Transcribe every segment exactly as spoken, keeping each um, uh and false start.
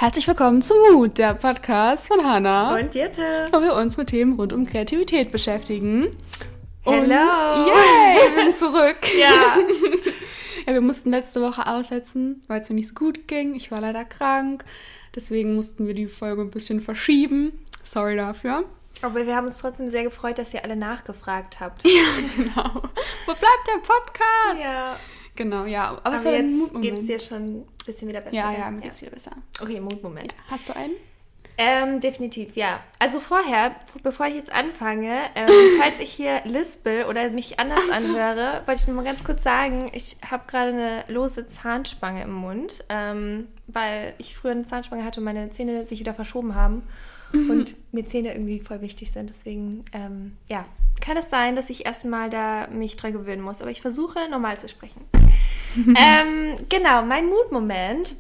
Herzlich willkommen zu Mut, der Podcast von Hannah und Jette, wo wir uns mit Themen rund um Kreativität beschäftigen. Hello! Und yay, wir sind zurück. Ja. Ja, wir mussten letzte Woche aussetzen, weil es mir nicht so gut ging. Ich war leider krank, deswegen mussten wir die Folge ein bisschen verschieben. Sorry dafür. Aber wir haben uns trotzdem sehr gefreut, dass ihr alle nachgefragt habt. Ja, genau. Wo bleibt der Podcast? Ja. Genau, ja. Aber, Aber es war ein jetzt Mutmoment. geht es dir schon ein bisschen wieder besser. Ja, ja, mir geht's wieder besser. Okay, Mutmoment. Ja. Hast du einen? Ähm, definitiv, ja. Also vorher, bevor ich jetzt anfange, ähm, falls ich hier lispel oder mich anders so. anhöre, wollte ich nur mal ganz kurz sagen, ich habe gerade eine lose Zahnspange im Mund, ähm, weil ich früher eine Zahnspange hatte und meine Zähne sich wieder verschoben haben mhm. und mir Zähne irgendwie voll wichtig sind. Deswegen, ähm, ja, kann es sein, dass ich erstmal da mich dran gewöhnen muss. Aber ich versuche, normal zu sprechen. ähm, genau, mein Mutmoment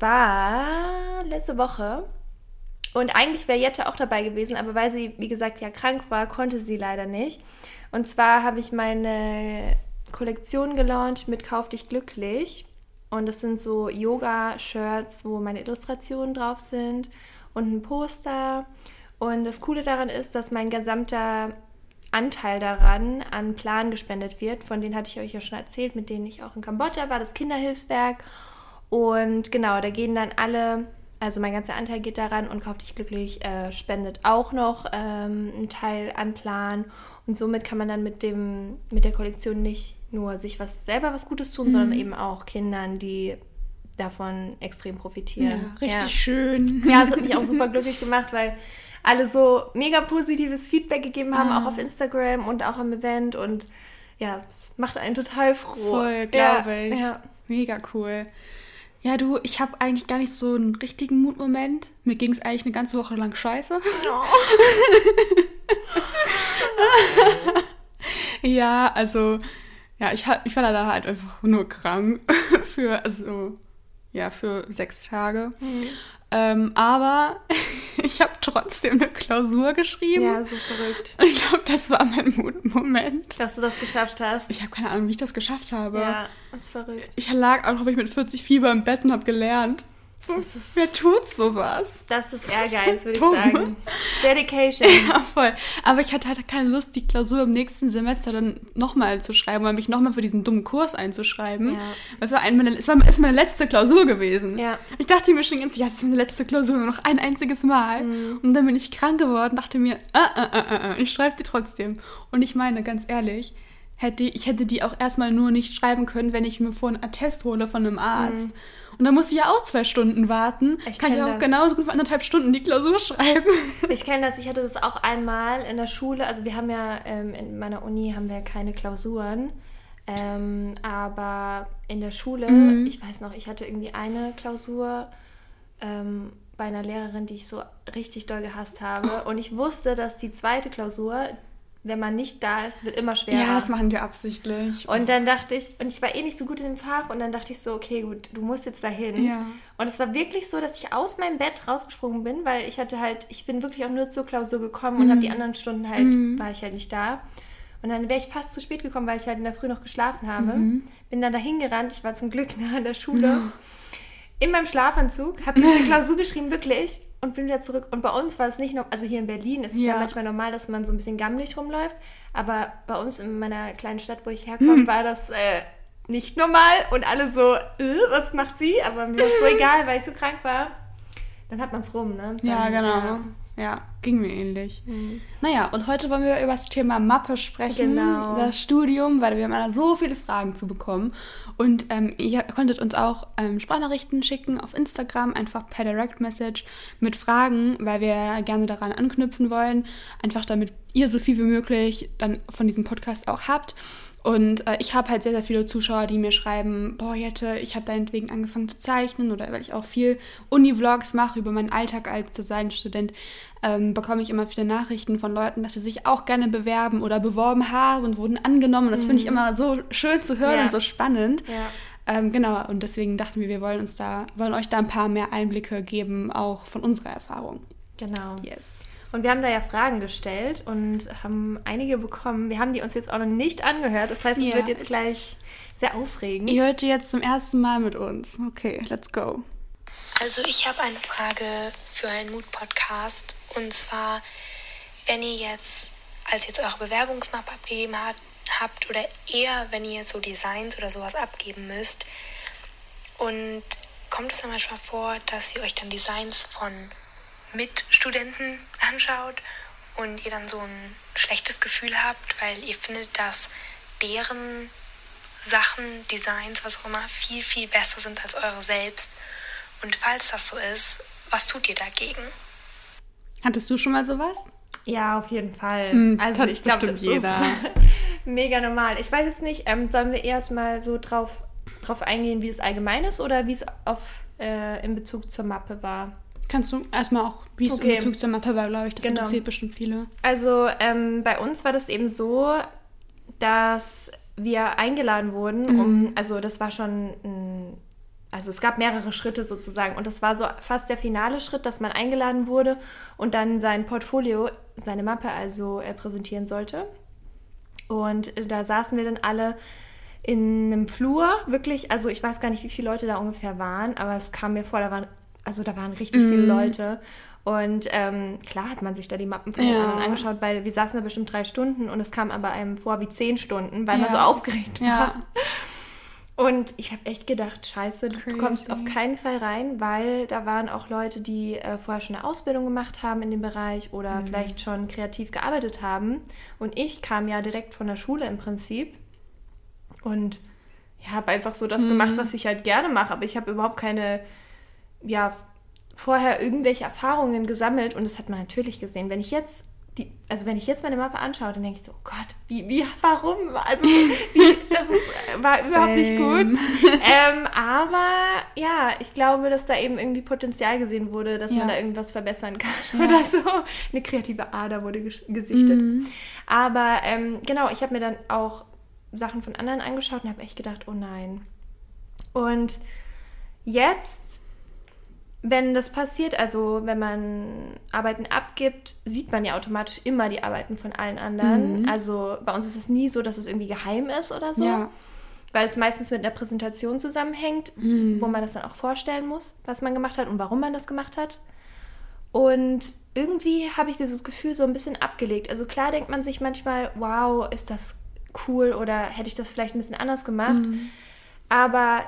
war letzte Woche. Und eigentlich wäre Jette auch dabei gewesen, aber weil sie, wie gesagt, ja krank war, konnte sie leider nicht. Und zwar habe ich meine Kollektion gelauncht mit Kauf dich glücklich. Und das sind so Yoga-Shirts, wo meine Illustrationen drauf sind und ein Poster. Und das Coole daran ist, dass mein gesamter Anteil daran an Plan gespendet wird. Von denen hatte ich euch ja schon erzählt, mit denen ich auch in Kambodscha war, das Kinderhilfswerk. Und genau, da gehen dann alle... Also mein ganzer Anteil geht daran und Kauf dich glücklich äh, spendet auch noch ähm, einen Teil an Plan. Und somit kann man dann mit dem mit der Kollektion nicht nur sich was selber was Gutes tun, mhm. sondern eben auch Kindern, die davon extrem profitieren. Ja, richtig ja. schön. Ja, das hat mich auch super glücklich gemacht, weil alle so mega positives Feedback gegeben haben, ah. auch auf Instagram und auch am Event. Und ja, das macht einen total froh. Voll, glaube ja, ich. Ja. Mega cool. Ja, du, ich habe eigentlich gar nicht so einen richtigen Mutmoment. Mir ging es eigentlich eine ganze Woche lang scheiße. Oh. Ja, also, ja, ich, ich war leider halt einfach nur krank für, also, ja, für sechs Tage. Mhm. Ähm, aber ich habe trotzdem eine Klausur geschrieben. Ja, so verrückt. Und ich glaube, das war mein Mutmoment. Dass du das geschafft hast. Ich habe keine Ahnung, wie ich das geschafft habe. Ja, das ist verrückt. Ich lag auch, glaube ich, mit vierzig Fieber im Bett und habe gelernt. Das ist, Wer tut sowas? Das ist Ehrgeiz, würde ich sagen. Dedication. Ja, voll. Aber ich hatte halt keine Lust, die Klausur im nächsten Semester dann nochmal zu schreiben oder mich nochmal für diesen dummen Kurs einzuschreiben. Ja. Es war, eine, es war ist meine letzte Klausur gewesen. Ja. Ich dachte mir schon ganz, ja, das ist meine letzte Klausur, nur noch ein einziges Mal. Mhm. Und dann bin ich krank geworden, dachte mir, ah, ah, ah, ah, ich schreibe die trotzdem. Und ich meine, ganz ehrlich, hätte, ich hätte die auch erstmal nur nicht schreiben können, wenn ich mir vorhin einen Attest hole von einem Arzt. Mhm. Und dann musste ich ja auch zwei Stunden warten. Ich Kann ich auch das. genauso gut für anderthalb Stunden die Klausur schreiben. Ich kenne das, ich hatte das auch einmal in der Schule. Also wir haben ja, ähm, in meiner Uni haben wir keine Klausuren. Ähm, aber in der Schule, mhm. ich weiß noch, ich hatte irgendwie eine Klausur ähm, bei einer Lehrerin, die ich so richtig doll gehasst habe. Oh. Und ich wusste, dass die zweite Klausur... wenn man nicht da ist, wird immer schwerer. Ja, das machen wir absichtlich. Und dann dachte ich, und ich war eh nicht so gut in dem Fach, und dann dachte ich so, okay, gut, du musst jetzt dahin. Ja. Und es war wirklich so, dass ich aus meinem Bett rausgesprungen bin, weil ich hatte halt, ich bin wirklich auch nur zur Klausur gekommen mhm. und habe die anderen Stunden halt, mhm. war ich halt nicht da. Und dann wäre ich fast zu spät gekommen, weil ich halt in der Früh noch geschlafen habe. Mhm. Bin dann dahin gerannt, ich war zum Glück nah an der Schule. Mhm. In meinem Schlafanzug, habe diese Klausur geschrieben, wirklich. Und bin wieder zurück. Und bei uns war es nicht noch, also hier in Berlin ist es ja. ja manchmal normal, dass man so ein bisschen gammelig rumläuft. Aber bei uns in meiner kleinen Stadt, wo ich herkomme, hm. war das äh, nicht normal. Und alle so, äh, was macht sie? Aber mir war es so egal, weil ich so krank war. Dann hat man es rum, ne? Dann, ja, genau. Äh, Ja, ging mir ähnlich. Mhm. Naja, und heute wollen wir über das Thema Mappe sprechen, genau. das Studium, weil wir haben da so viele Fragen zu bekommen. Und ähm, ihr konntet uns auch ähm, Sprachnachrichten schicken auf Instagram, einfach per Direct Message mit Fragen, weil wir gerne daran anknüpfen wollen, einfach damit ihr so viel wie möglich dann von diesem Podcast auch habt. Und äh, ich habe halt sehr, sehr viele Zuschauer, die mir schreiben, boah Jette, ich habe deinetwegen angefangen zu zeichnen, oder weil ich auch viel Uni-Vlogs mache über meinen Alltag als Designstudent, ähm, bekomme ich immer viele Nachrichten von Leuten, dass sie sich auch gerne bewerben oder beworben haben und wurden angenommen. Und das mhm. finde ich immer so schön zu hören ja. und so spannend. Ja. Ähm, genau, und deswegen dachten wir, wir wollen uns da, wollen euch da ein paar mehr Einblicke geben, auch von unserer Erfahrung. Genau. Yes. Und wir haben da ja Fragen gestellt und haben einige bekommen. Wir haben die uns jetzt auch noch nicht angehört. Das heißt, es ja, wird jetzt gleich sehr aufregend. Ihr hört die jetzt zum ersten Mal mit uns. Okay, let's go. Also ich habe eine Frage für einen Mood-Podcast. Und zwar, wenn ihr jetzt, als ihr jetzt eure Bewerbungsmappe abgegeben hat, habt oder eher, wenn ihr so Designs oder sowas abgeben müsst, und kommt es dann manchmal vor, dass ihr euch dann Designs von Mitstudenten anschaut und ihr dann so ein schlechtes Gefühl habt, weil ihr findet, dass deren Sachen, Designs, was auch immer, viel, viel besser sind als eure selbst. Und falls das so ist, was tut ihr dagegen? Hattest du schon mal sowas? Ja, auf jeden Fall. Mm, also ich glaube, das jeder. ist mega normal. Ich weiß jetzt nicht, ähm, sollen wir erstmal so drauf, drauf eingehen, wie es allgemein ist oder wie es auf, äh, in Bezug zur Mappe war? Kannst du erstmal auch, wie es Okay. in Bezug zur Mappe war, glaube ich. Das Genau. interessiert bestimmt viele. Also ähm, bei uns war das eben so, dass wir eingeladen wurden, um, also das war schon ein, also es gab mehrere Schritte sozusagen und das war so fast der finale Schritt, dass man eingeladen wurde und dann sein Portfolio, seine Mappe also äh, präsentieren sollte. Und äh, da saßen wir dann alle in einem Flur, wirklich, also ich weiß gar nicht, wie viele Leute da ungefähr waren, aber es kam mir vor, da waren, also da waren richtig viele Leute. Und ähm, klar hat man sich da die Mappen von den Ja. anderen angeschaut, weil wir saßen da bestimmt drei Stunden und es kam aber einem vor wie zehn Stunden, weil man Ja. so aufgeregt war. Ja. Und ich habe echt gedacht, scheiße, du Crazy. kommst auf keinen Fall rein, weil da waren auch Leute, die äh, vorher schon eine Ausbildung gemacht haben in dem Bereich oder vielleicht schon kreativ gearbeitet haben. Und ich kam ja direkt von der Schule im Prinzip und ja, habe einfach so das gemacht, was ich halt gerne mache. Aber ich habe überhaupt keine, ja, vorher irgendwelche Erfahrungen gesammelt und das hat man natürlich gesehen. Wenn ich jetzt die, also wenn ich jetzt meine Mappe anschaue, dann denke ich so, oh Gott, wie, wie, warum? Also wie, das ist, war überhaupt nicht gut. Ähm, aber ja, ich glaube, dass da eben irgendwie Potenzial gesehen wurde, dass Ja. man da irgendwas verbessern kann Ja. oder so. Eine kreative Ader wurde ges- gesichtet. Mhm. Aber ähm, genau, ich habe mir dann auch Sachen von anderen angeschaut und habe echt gedacht, oh nein. Und jetzt, wenn das passiert, also wenn man Arbeiten abgibt, sieht man ja automatisch immer die Arbeiten von allen anderen. Mhm. Also bei uns ist es nie so, dass es irgendwie geheim ist oder so. Ja. Weil es meistens mit einer Präsentation zusammenhängt, Mhm. wo man das dann auch vorstellen muss, was man gemacht hat und warum man das gemacht hat. Und irgendwie habe ich dieses Gefühl so ein bisschen abgelegt. Also klar denkt man sich manchmal, wow, ist das cool oder hätte ich das vielleicht ein bisschen anders gemacht. Mhm. Aber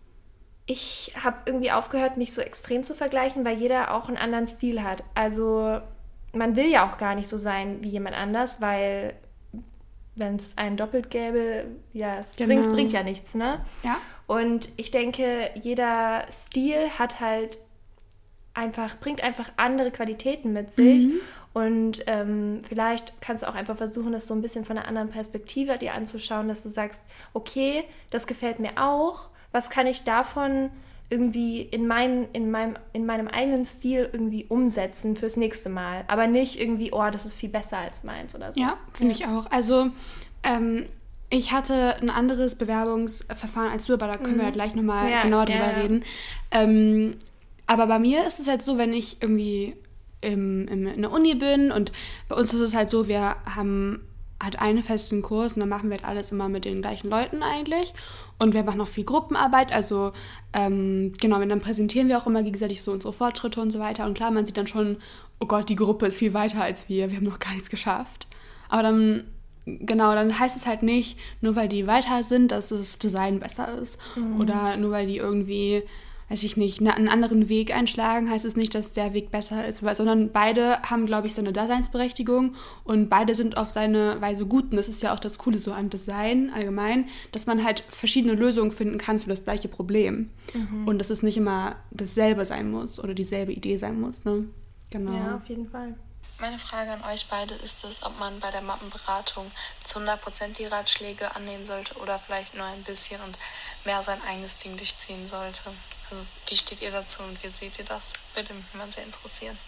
ich habe irgendwie aufgehört, mich so extrem zu vergleichen, weil jeder auch einen anderen Stil hat. Also man will ja auch gar nicht so sein wie jemand anders, weil wenn es einen doppelt gäbe, ja, es Genau. bringt, bringt ja nichts, ne? Ja. Und ich denke, jeder Stil hat halt einfach, bringt einfach andere Qualitäten mit sich. Mhm. Und ähm, vielleicht kannst du auch einfach versuchen, das so ein bisschen von einer anderen Perspektive dir anzuschauen, dass du sagst, okay, das gefällt mir auch. Was kann ich davon irgendwie in, mein, in, meinem, in meinem eigenen Stil irgendwie umsetzen fürs nächste Mal? Aber nicht irgendwie, oh, das ist viel besser als meins oder so. Ja, finde ich auch. Also, ähm, ich hatte ein anderes Bewerbungsverfahren als du, aber da können wir ja gleich nochmal Ja, genauer ja, drüber ja. reden. Ähm, aber bei mir ist es halt so, wenn ich irgendwie im, im, in der Uni bin und bei uns ist es halt so, wir haben halt einen festen Kurs und dann machen wir halt alles immer mit den gleichen Leuten eigentlich und wir machen auch viel Gruppenarbeit, also ähm, genau, und dann präsentieren wir auch immer gegenseitig so unsere Fortschritte und so weiter und klar, man sieht dann schon, oh Gott, die Gruppe ist viel weiter als wir, wir haben noch gar nichts geschafft, aber dann, genau, dann heißt es halt nicht, nur weil die weiter sind, dass das Design besser ist oder nur weil die irgendwie, weiß ich nicht, einen anderen Weg einschlagen, heißt es nicht, dass der Weg besser ist, weil, sondern beide haben, glaube ich, so eine Daseinsberechtigung und beide sind auf seine Weise gut. Und das ist ja auch das Coole so an Design allgemein, dass man halt verschiedene Lösungen finden kann für das gleiche Problem. Mhm. Und dass es nicht immer dasselbe sein muss oder dieselbe Idee sein muss. Ne? Genau. Ja, auf jeden Fall. Meine Frage an euch beide ist es, ob man bei der Mappenberatung zu hundert Prozent die Ratschläge annehmen sollte oder vielleicht nur ein bisschen und mehr sein eigenes Ding durchziehen sollte. Also, wie steht ihr dazu und wie seht ihr das? Würde mich mal sehr interessieren.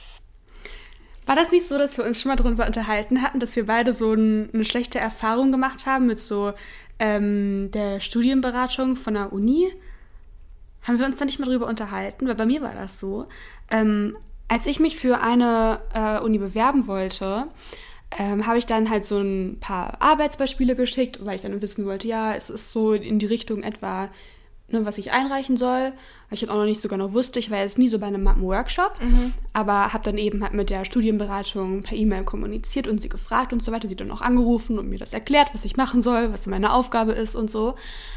War das nicht so, dass wir uns schon mal darüber unterhalten hatten, dass wir beide so ein, eine schlechte Erfahrung gemacht haben mit so ähm, der Studienberatung von der Uni? Haben wir uns da nicht mal drüber unterhalten? Weil bei mir war das so. Ähm, als ich mich für eine äh, Uni bewerben wollte, ähm, habe ich dann halt so ein paar Arbeitsbeispiele geschickt, weil ich dann wissen wollte, ja, es ist so in die Richtung etwa ne, was ich einreichen soll, weil ich halt auch noch nicht so genau wusste. Ich war jetzt nie so bei einem Mappen-Workshop, mhm. aber habe dann eben halt mit der Studienberatung per E-Mail kommuniziert und sie gefragt und so weiter. Sie hat dann auch angerufen und mir das erklärt, was ich machen soll, was meine Aufgabe ist und so.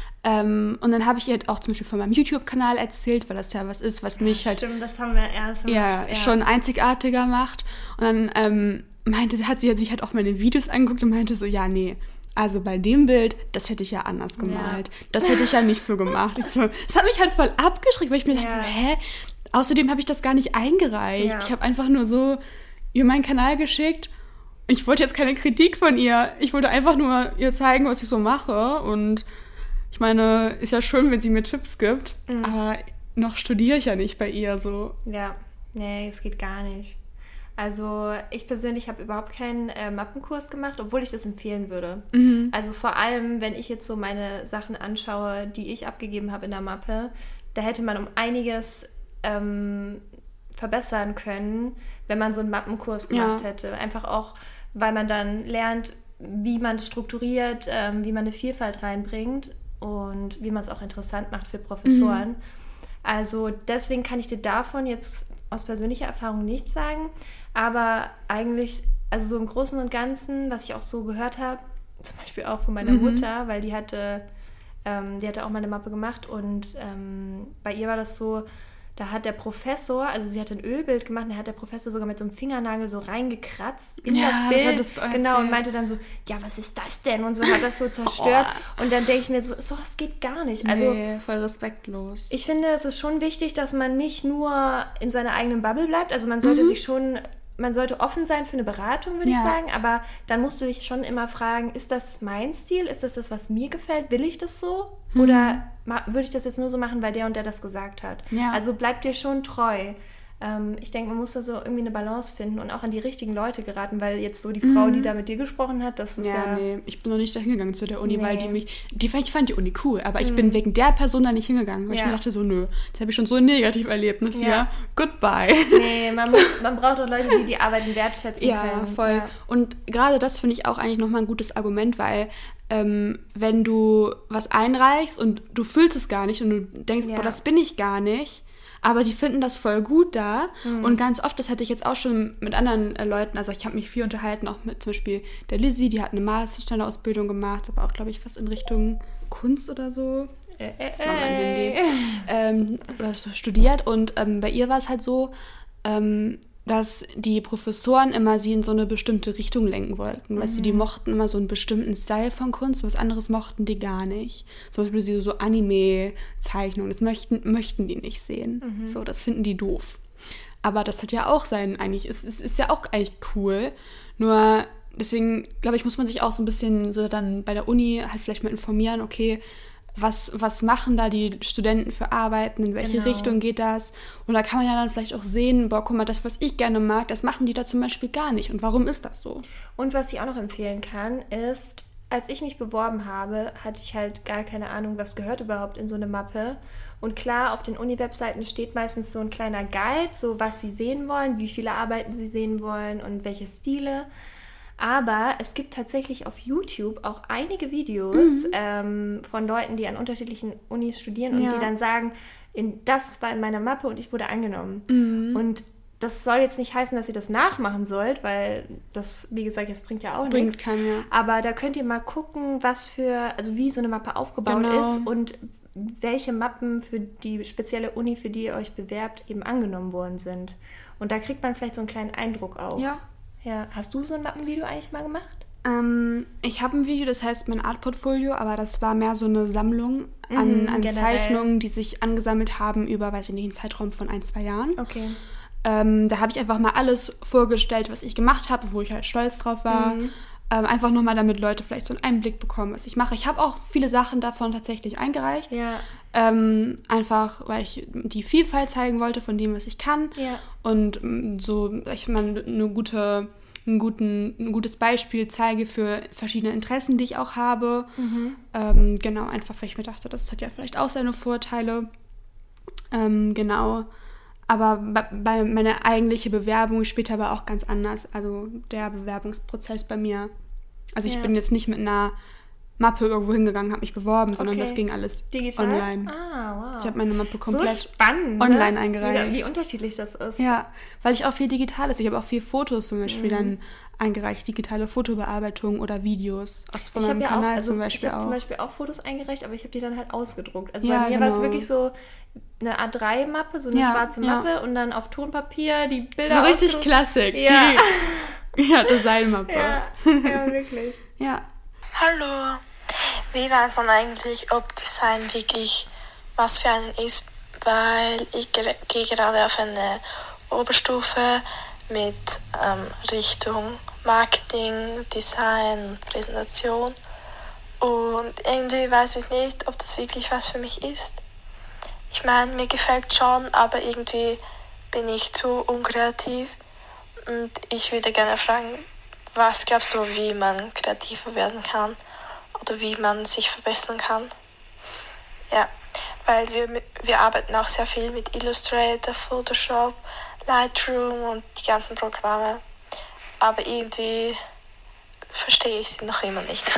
Ähm, und dann habe ich ihr halt auch zum Beispiel von meinem YouTube-Kanal erzählt, weil das ja was ist, was mich halt Stimmt, das haben wir, ja, das haben ja, wir, ja. schon einzigartiger macht. Und dann ähm, meinte sie, hat sie sich halt auch meine Videos angeguckt und meinte so, ja, nee, also bei dem Bild, das hätte ich ja anders gemalt. Ja. Das hätte ich ja nicht so gemacht. Ich so, das hat mich halt voll abgeschreckt, weil ich mir dachte, ja. so, hä? Außerdem habe ich das gar nicht eingereicht. Ja. Ich habe einfach nur so ihr meinen Kanal geschickt. Ich wollte jetzt keine Kritik von ihr. Ich wollte einfach nur ihr zeigen, was ich so mache. Und ich meine, ist ja schön, wenn sie mir Tipps gibt. Mhm. Aber noch studiere ich ja nicht bei ihr so. Ja, nee, es geht gar nicht. Also ich persönlich habe überhaupt keinen äh, Mappenkurs gemacht, obwohl ich das empfehlen würde. Mhm. Also vor allem, wenn ich jetzt so meine Sachen anschaue, die ich abgegeben habe in der Mappe, da hätte man um einiges ähm, verbessern können, wenn man so einen Mappenkurs gemacht ja. hätte. Einfach auch, weil man dann lernt, wie man strukturiert, ähm, wie man eine Vielfalt reinbringt und wie man es auch interessant macht für Professoren. Mhm. Also deswegen kann ich dir davon jetzt aus persönlicher Erfahrung nichts sagen, aber eigentlich, also so im Großen und Ganzen, was ich auch so gehört habe, zum Beispiel auch von meiner mhm. Mutter, weil die hatte, ähm, die hatte auch mal eine Mappe gemacht und ähm, bei ihr war das so, da hat der Professor, also sie hat ein Ölbild gemacht, und da hat der Professor sogar mit so einem Fingernagel so reingekratzt in ja, das Bild. Das das genau, und meinte dann so, ja, was ist das denn? Und so hat das so zerstört. Oh. Und dann denke ich mir so, so was geht gar nicht. Also, nee, voll respektlos. Ich finde, es ist schon wichtig, dass man nicht nur in seiner eigenen Bubble bleibt. Also man sollte mhm. sich schon, man sollte offen sein für eine Beratung, würde ja. ich sagen. Aber dann musst du dich schon immer fragen, ist das mein Stil? Ist das das, was mir gefällt? Will ich das so? Mhm. Oder würde ich das jetzt nur so machen, weil der und der das gesagt hat? Ja. Also bleib dir schon treu. Ähm, ich denke, man muss da so irgendwie eine Balance finden und auch an die richtigen Leute geraten, weil jetzt so die Frau, mhm. die da mit dir gesprochen hat, das ist ja... Ja, nee, ich bin noch nicht da hingegangen zu der Uni, nee. weil die mich... Die, ich fand die Uni cool, aber ich mhm. bin wegen der Person da nicht hingegangen, weil ja. ich mir dachte so, nö, jetzt habe ich schon so ein Negativerlebnis ja. hier. Goodbye. Nee, man, muss, man braucht auch Leute, die die Arbeiten wertschätzen ja, können. Voll. Ja, voll. Und gerade das finde ich auch eigentlich nochmal ein gutes Argument, weil ähm, wenn du was einreichst und du fühlst es gar nicht und du denkst, ja. boah, das bin ich gar nicht, aber die finden das voll gut da. Mhm. Und ganz oft, das hatte ich jetzt auch schon mit anderen äh, Leuten, also ich habe mich viel unterhalten, auch mit zum Beispiel der Lizzie, die hat eine Masterstanderausbildung gemacht, aber auch, glaube ich, was in Richtung Kunst oder so. Äh, das war mein Handy. Ähm, oder so studiert. Und ähm, bei ihr war es halt so, ähm, dass die Professoren immer sie in so eine bestimmte Richtung lenken wollten. Mhm. Weißt du, die mochten immer so einen bestimmten Style von Kunst, was anderes mochten die gar nicht. Zum Beispiel so Anime-Zeichnungen, das möchten, möchten die nicht sehen. Mhm. So, das finden die doof. Aber das hat ja auch sein, eigentlich, es ist, ist, ist ja auch eigentlich cool. Nur deswegen, glaube ich, muss man sich auch so ein bisschen so dann bei der Uni halt vielleicht mal informieren, okay, Was, was machen da die Studenten für Arbeiten, in welche genau. Richtung geht das? Und da kann man ja dann vielleicht auch sehen, boah, guck mal, das, was ich gerne mag, das machen die da zum Beispiel gar nicht. Und warum ist das so? Und was ich auch noch empfehlen kann, ist, als ich mich beworben habe, hatte ich halt gar keine Ahnung, was gehört überhaupt in so eine Mappe. Und klar, auf den Uni-Webseiten steht meistens so ein kleiner Guide, so was sie sehen wollen, wie viele Arbeiten sie sehen wollen und welche Stile. Aber es gibt tatsächlich auf YouTube auch einige Videos mhm. ähm, von Leuten, die an unterschiedlichen Unis studieren und ja. die dann sagen, in, das war in meiner Mappe und ich wurde angenommen. Mhm. Und das soll jetzt nicht heißen, dass ihr das nachmachen sollt, weil das, wie gesagt, das bringt ja auch nichts. Kann, ja. Aber da könnt ihr mal gucken, was für, also wie so eine Mappe aufgebaut genau. ist und welche Mappen für die spezielle Uni, für die ihr euch bewerbt, eben angenommen worden sind. Und da kriegt man vielleicht so einen kleinen Eindruck auch. Ja. Ja, hast du so ein Mappenvideo eigentlich mal gemacht? Ähm, ich habe ein Video, das heißt mein Artportfolio, aber das war mehr so eine Sammlung an, mhm, an Zeichnungen, die sich angesammelt haben über, weiß ich nicht, einen Zeitraum von ein, zwei Jahren. Okay. Ähm, da habe ich einfach mal alles vorgestellt, was ich gemacht habe, wo ich halt stolz drauf war. Mhm. Ähm, einfach nur mal, damit Leute vielleicht so einen Einblick bekommen, was ich mache. Ich habe auch viele Sachen davon tatsächlich eingereicht. Ja. Ähm, einfach, weil ich die Vielfalt zeigen wollte von dem, was ich kann. Ja. Und so, ich meine, eine gute, einen guten, ein gutes Beispiel zeige für verschiedene Interessen, die ich auch habe. Mhm. Ähm, genau, einfach, weil ich mir dachte, das hat ja vielleicht auch seine Vorteile. Ähm, genau. Aber bei, bei meine eigentliche Bewerbung später war auch ganz anders. Also der Bewerbungsprozess bei mir. Also ich ja. bin jetzt nicht mit einer Mappe irgendwo hingegangen, habe mich beworben, sondern Okay. das ging alles Digital? online. Ah, wow. Ich habe meine Mappe komplett so spannend, online ne? eingereicht. Wie, wie unterschiedlich das ist. Ja, weil ich auch viel Digitales, ich habe auch viel Fotos zum Beispiel Mhm. dann eingereicht, digitale Fotobearbeitung oder Videos aus von Ich meinem habe ja Kanal auch, also zum Beispiel ich habe auch. zum Beispiel auch Fotos eingereicht, aber ich habe die dann halt ausgedruckt. Also Ja, bei mir war es genau. wirklich so eine A drei Mappe, so eine Ja, schwarze ja. Mappe und dann auf Tonpapier die Bilder So richtig ausgedruckt. Klassik. Ja. Die, ja, Designmappe. Ja, ja, wirklich. Ja. Hallo, wie weiß man eigentlich, ob Design wirklich was für einen ist? Weil ich ger- gehe gerade auf eine Oberstufe mit ähm, Richtung Marketing, Design, Präsentation und irgendwie weiß ich nicht, ob das wirklich was für mich ist. Ich meine, mir gefällt schon, aber irgendwie bin ich zu unkreativ und ich würde gerne fragen, was glaubst du, wie man kreativer werden kann oder wie man sich verbessern kann? Ja, weil wir, wir arbeiten auch sehr viel mit Illustrator, Photoshop, Lightroom und die ganzen Programme. Aber irgendwie verstehe ich sie noch immer nicht.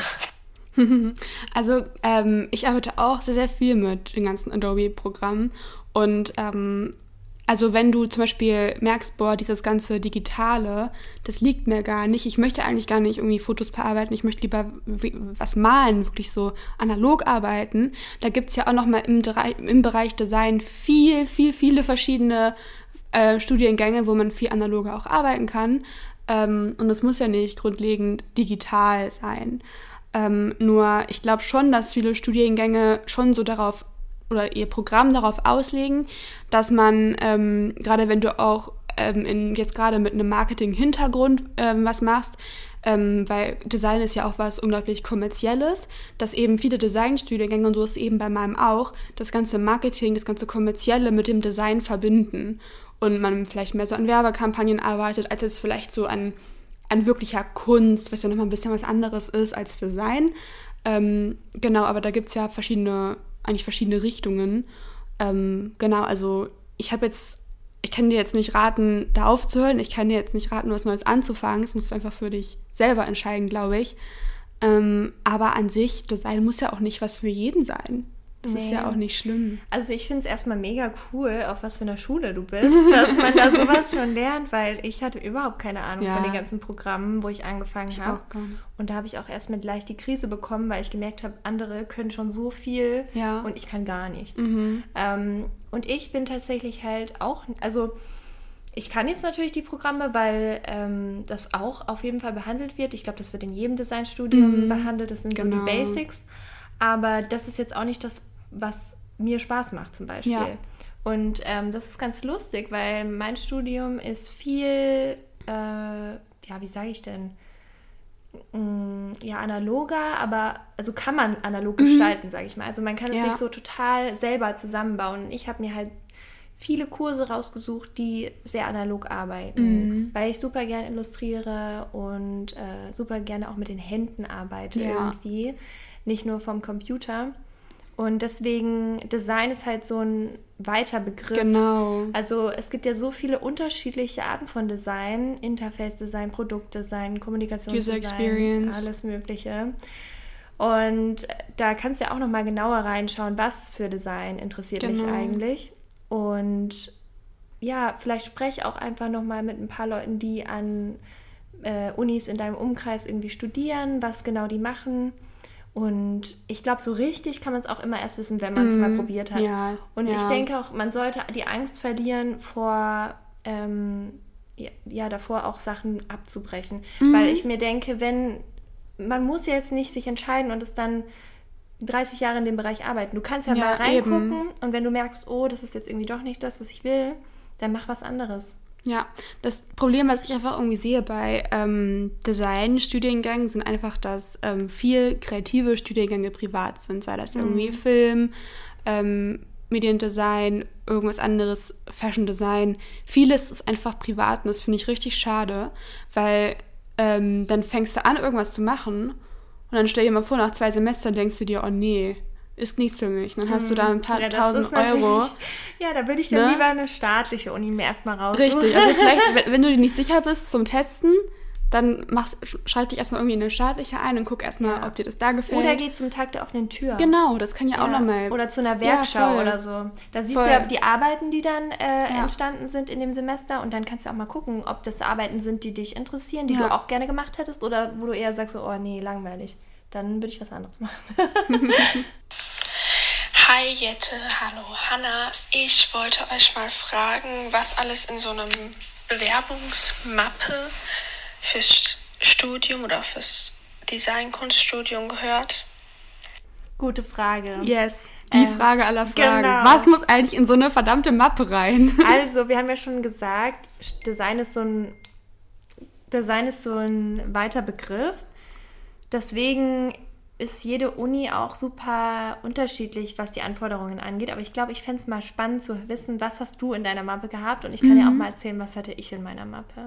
Also ähm, ich arbeite auch sehr, sehr viel mit den ganzen Adobe-Programmen und ähm, also wenn du zum Beispiel merkst, boah, dieses ganze Digitale, das liegt mir gar nicht, ich möchte eigentlich gar nicht irgendwie Fotos bearbeiten, ich möchte lieber wie- was malen, wirklich so analog arbeiten, da gibt es ja auch nochmal im, Dere- im Bereich Design viel, viel, viele verschiedene äh, Studiengänge, wo man viel analoger auch arbeiten kann. Ähm, und es muss ja nicht grundlegend digital sein. Ähm, nur ich glaube schon, dass viele Studiengänge schon so darauf oder ihr Programm darauf auslegen, dass man, ähm, gerade wenn du auch ähm, in, jetzt gerade mit einem Marketing-Hintergrund ähm, was machst, ähm, weil Design ist ja auch was unglaublich Kommerzielles, dass eben viele Designstudiengänge, und so ist es eben bei meinem auch, das ganze Marketing, das ganze Kommerzielle mit dem Design verbinden und man vielleicht mehr so an Werbekampagnen arbeitet, als es vielleicht so an, an wirklicher Kunst, was ja nochmal ein bisschen was anderes ist als Design. Ähm, genau, aber da gibt es ja verschiedene, eigentlich verschiedene Richtungen. Ähm, genau, also ich habe jetzt, ich kann dir jetzt nicht raten, da aufzuhören, ich kann dir jetzt nicht raten, was Neues anzufangen, das musst du einfach für dich selber entscheiden, glaube ich. Ähm, aber an sich, Design muss ja auch nicht was für jeden sein. Das Nee. ist ja auch nicht schlimm. Also ich finde es erstmal mega cool, auf was für einer Schule du bist, dass man da sowas schon lernt, weil ich hatte überhaupt keine Ahnung Ja. von den ganzen Programmen, wo ich angefangen Ich habe. auch gar nicht. Und da habe ich auch erst mit leicht die Krise bekommen, weil ich gemerkt habe, andere können schon so viel Ja. und ich kann gar nichts. Mhm. Ähm, und ich bin tatsächlich halt auch, also ich kann jetzt natürlich die Programme, weil ähm, das auch auf jeden Fall behandelt wird. Ich glaube, das wird in jedem Designstudium Mhm. behandelt. Das sind Genau. so die Basics. Aber das ist jetzt auch nicht das, was mir Spaß macht zum Beispiel. Ja. Und ähm, das ist ganz lustig, weil mein Studium ist viel, äh, ja, wie sage ich denn? Mm, ja, analoger, aber also kann man analog gestalten, sage ich mal. Also man kann es Ja. sich so total selber zusammenbauen. Und ich habe mir halt viele Kurse rausgesucht, die sehr analog arbeiten, Mhm. weil ich super gerne illustriere und äh, super gerne auch mit den Händen arbeite Ja. irgendwie, nicht nur vom Computer. Und deswegen, Design ist halt so ein weiter Begriff. Genau. Also es gibt ja so viele unterschiedliche Arten von Design, Interface-Design, Produktdesign, Kommunikationsdesign, User Experience. alles Mögliche. Und da kannst du ja auch nochmal genauer reinschauen, was für Design interessiert mich Genau. eigentlich. Und ja, vielleicht spreche auch einfach nochmal mit ein paar Leuten, die an äh, Unis in deinem Umkreis irgendwie studieren, was genau die machen. Und ich glaube, so richtig kann man es auch immer erst wissen, wenn man es Mhm. mal probiert hat. Ja, Und ja. ich denke auch, man sollte die Angst verlieren vor, ähm, ja, ja, davor auch Sachen abzubrechen. Mhm. Weil ich mir denke, wenn, man muss ja jetzt nicht sich entscheiden und es dann dreißig Jahre in dem Bereich arbeiten. Du kannst ja, Ja, mal reingucken eben. und wenn du merkst, oh, das ist jetzt irgendwie doch nicht das, was ich will, dann mach was anderes. Ja, das Problem, was ich einfach irgendwie sehe bei ähm, Design-Studiengängen, sind einfach, dass ähm, viel kreative Studiengänge privat sind, sei das irgendwie Film, ähm, Mediendesign, irgendwas anderes, Fashion Design. Vieles ist einfach privat und das finde ich richtig schade, weil ähm, dann fängst du an, irgendwas zu machen und dann stell dir mal vor, nach zwei Semestern denkst du dir, oh nee, ist nichts für mich. Dann hast du da ein paar Ja, das tausend ist natürlich- Euro. Ja, da würde ich dann Ne? lieber eine staatliche Uni mir erstmal raussuchen. Richtig, also vielleicht, wenn, wenn du dir nicht sicher bist zum Testen, dann machst, schreib dich erstmal irgendwie in eine Startlöcher ein und guck erstmal, Ja. ob dir das da gefällt. Oder geh zum Tag der offenen Tür. Genau, das kann ja, ja. auch nochmal. Oder zu einer Werkschau ja, oder so. Da siehst voll. du ja die Arbeiten, die dann äh, ja. entstanden sind in dem Semester und dann kannst du auch mal gucken, ob das Arbeiten sind, die dich interessieren, die ja. du auch gerne gemacht hättest oder wo du eher sagst, so, oh nee, langweilig. Dann würde ich was anderes machen. Hi Jette, hallo Hanna. Ich wollte euch mal fragen, was alles in so einem Bewerbungsmappe fürs Studium oder fürs Designkunststudium gehört. Gute Frage. Yes, die ähm, Frage aller Fragen. Genau. Was muss eigentlich in so eine verdammte Mappe rein? Also, wir haben ja schon gesagt, Design ist so ein, Design ist so ein weiter Begriff. Deswegen ist jede Uni auch super unterschiedlich, was die Anforderungen angeht. Aber ich glaube, ich fände es mal spannend zu wissen, was hast du in deiner Mappe gehabt? Und ich kann mhm. ja auch mal erzählen, was hatte ich in meiner Mappe.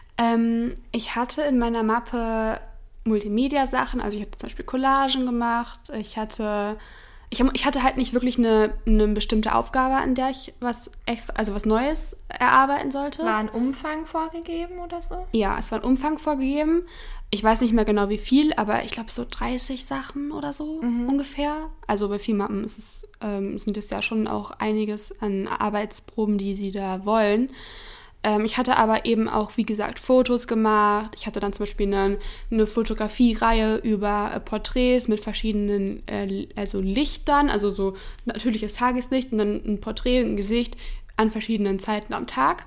Ähm, ich hatte in meiner Mappe Multimedia-Sachen. Also ich habe zum Beispiel Collagen gemacht. Ich hatte, ich, ich hatte halt nicht wirklich eine, eine bestimmte Aufgabe, an der ich was extra, also was Neues erarbeiten sollte. War ein Umfang vorgegeben oder so? Ja, es war ein Umfang vorgegeben. Ich weiß nicht mehr genau wie viel, aber ich glaube so dreißig Sachen oder so mhm. ungefähr. Also bei vielen Mappen ist es, ähm, sind es ja schon auch einiges an Arbeitsproben, die sie da wollen. Ähm, ich hatte aber eben auch, wie gesagt, Fotos gemacht. Ich hatte dann zum Beispiel eine, eine Fotografie-Reihe über äh, Porträts mit verschiedenen äh, also Lichtern, also so natürliches Tageslicht und dann ein Porträt, ein Gesicht an verschiedenen Zeiten am Tag.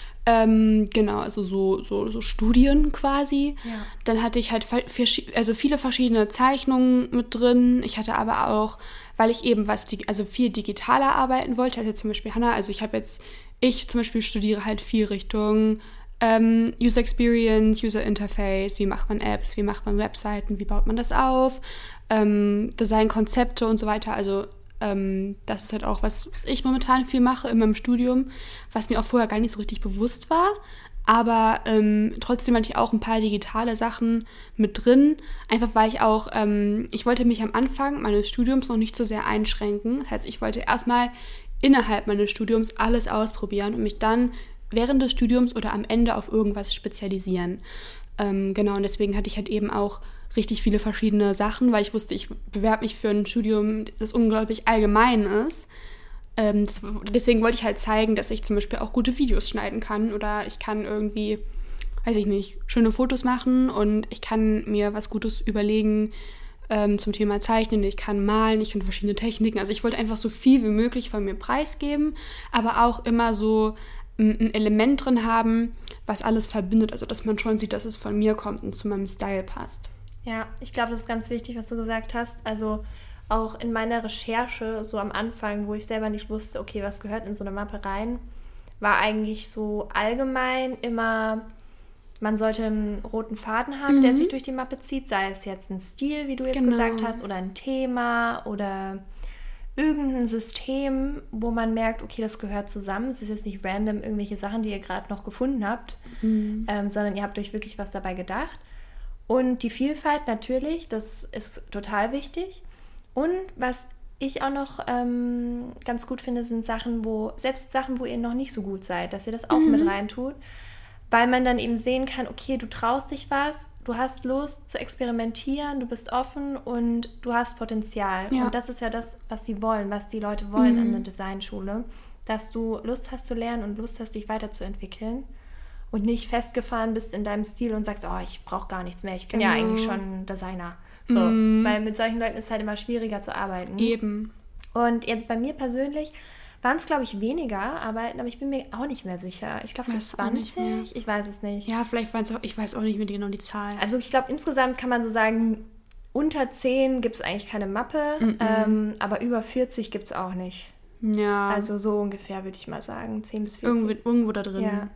Ähm, genau, also so, so, so Studien quasi. Ja. Dann hatte ich halt also viele verschiedene Zeichnungen mit drin. Ich hatte aber auch, weil ich eben was, also viel digitaler arbeiten wollte, also zum Beispiel Hanna, also ich habe jetzt, ich zum Beispiel studiere halt viel Richtung ähm, User Experience, User Interface, wie macht man Apps, wie macht man Webseiten, wie baut man das auf, ähm, Designkonzepte und so weiter, also Ähm, das ist halt auch was, was ich momentan viel mache in meinem Studium, was mir auch vorher gar nicht so richtig bewusst war. Aber ähm, trotzdem hatte ich auch ein paar digitale Sachen mit drin. Einfach weil ich auch, ähm, ich wollte mich am Anfang meines Studiums noch nicht so sehr einschränken. Das heißt, ich wollte erstmal innerhalb meines Studiums alles ausprobieren und mich dann während des Studiums oder am Ende auf irgendwas spezialisieren. Ähm, genau, und deswegen hatte ich halt eben auch richtig viele verschiedene Sachen, weil ich wusste, ich bewerbe mich für ein Studium, das unglaublich allgemein ist. Ähm, das, deswegen wollte ich halt zeigen, dass ich zum Beispiel auch gute Videos schneiden kann oder ich kann irgendwie, weiß ich nicht, schöne Fotos machen und ich kann mir was Gutes überlegen ähm, zum Thema Zeichnen. Ich kann malen, ich kann verschiedene Techniken. Also ich wollte einfach so viel wie möglich von mir preisgeben, aber auch immer so ein Element drin haben, was alles verbindet. Also dass man schon sieht, dass es von mir kommt und zu meinem Style passt. Ja, ich glaube, das ist ganz wichtig, was du gesagt hast. Also auch in meiner Recherche, so am Anfang, wo ich selber nicht wusste, okay, was gehört in so eine Mappe rein, war eigentlich so allgemein immer, man sollte einen roten Faden haben, mhm. der sich durch die Mappe zieht, sei es jetzt ein Stil, wie du jetzt genau. gesagt hast, oder ein Thema oder irgendein System, wo man merkt, okay, das gehört zusammen. Es ist jetzt nicht random irgendwelche Sachen, die ihr gerade noch gefunden habt, mhm. ähm, sondern ihr habt euch wirklich was dabei gedacht. Und die Vielfalt natürlich, das ist total wichtig. Und was ich auch noch ähm, ganz gut finde, sind Sachen, wo, selbst Sachen, wo ihr noch nicht so gut seid, dass ihr das auch mhm. mit reintut, weil man dann eben sehen kann, okay, du traust dich was, du hast Lust zu experimentieren, du bist offen und du hast Potenzial. Ja. Und das ist ja das, was sie wollen, was die Leute wollen mhm. an der Designschule, dass du Lust hast zu lernen und Lust hast, dich weiterzuentwickeln. Und nicht festgefahren bist in deinem Stil und sagst, oh, ich brauche gar nichts mehr, ich bin genau. ja eigentlich schon Designer. So, mm. Weil mit solchen Leuten ist es halt immer schwieriger zu arbeiten. Eben. Und jetzt bei mir persönlich waren es, glaube ich, weniger Arbeiten, aber ich bin mir auch nicht mehr sicher. Ich glaube, so zwanzig, ich weiß es nicht. Ja, vielleicht waren es auch, ich weiß auch nicht mehr genau die Zahl. Also ich glaube, insgesamt kann man so sagen, unter zehn gibt es eigentlich keine Mappe, ähm, aber über vierzig gibt es auch nicht. Ja. Also so ungefähr, würde ich mal sagen, zehn bis vierzig. Irgendwo, irgendwo da drin. Ja.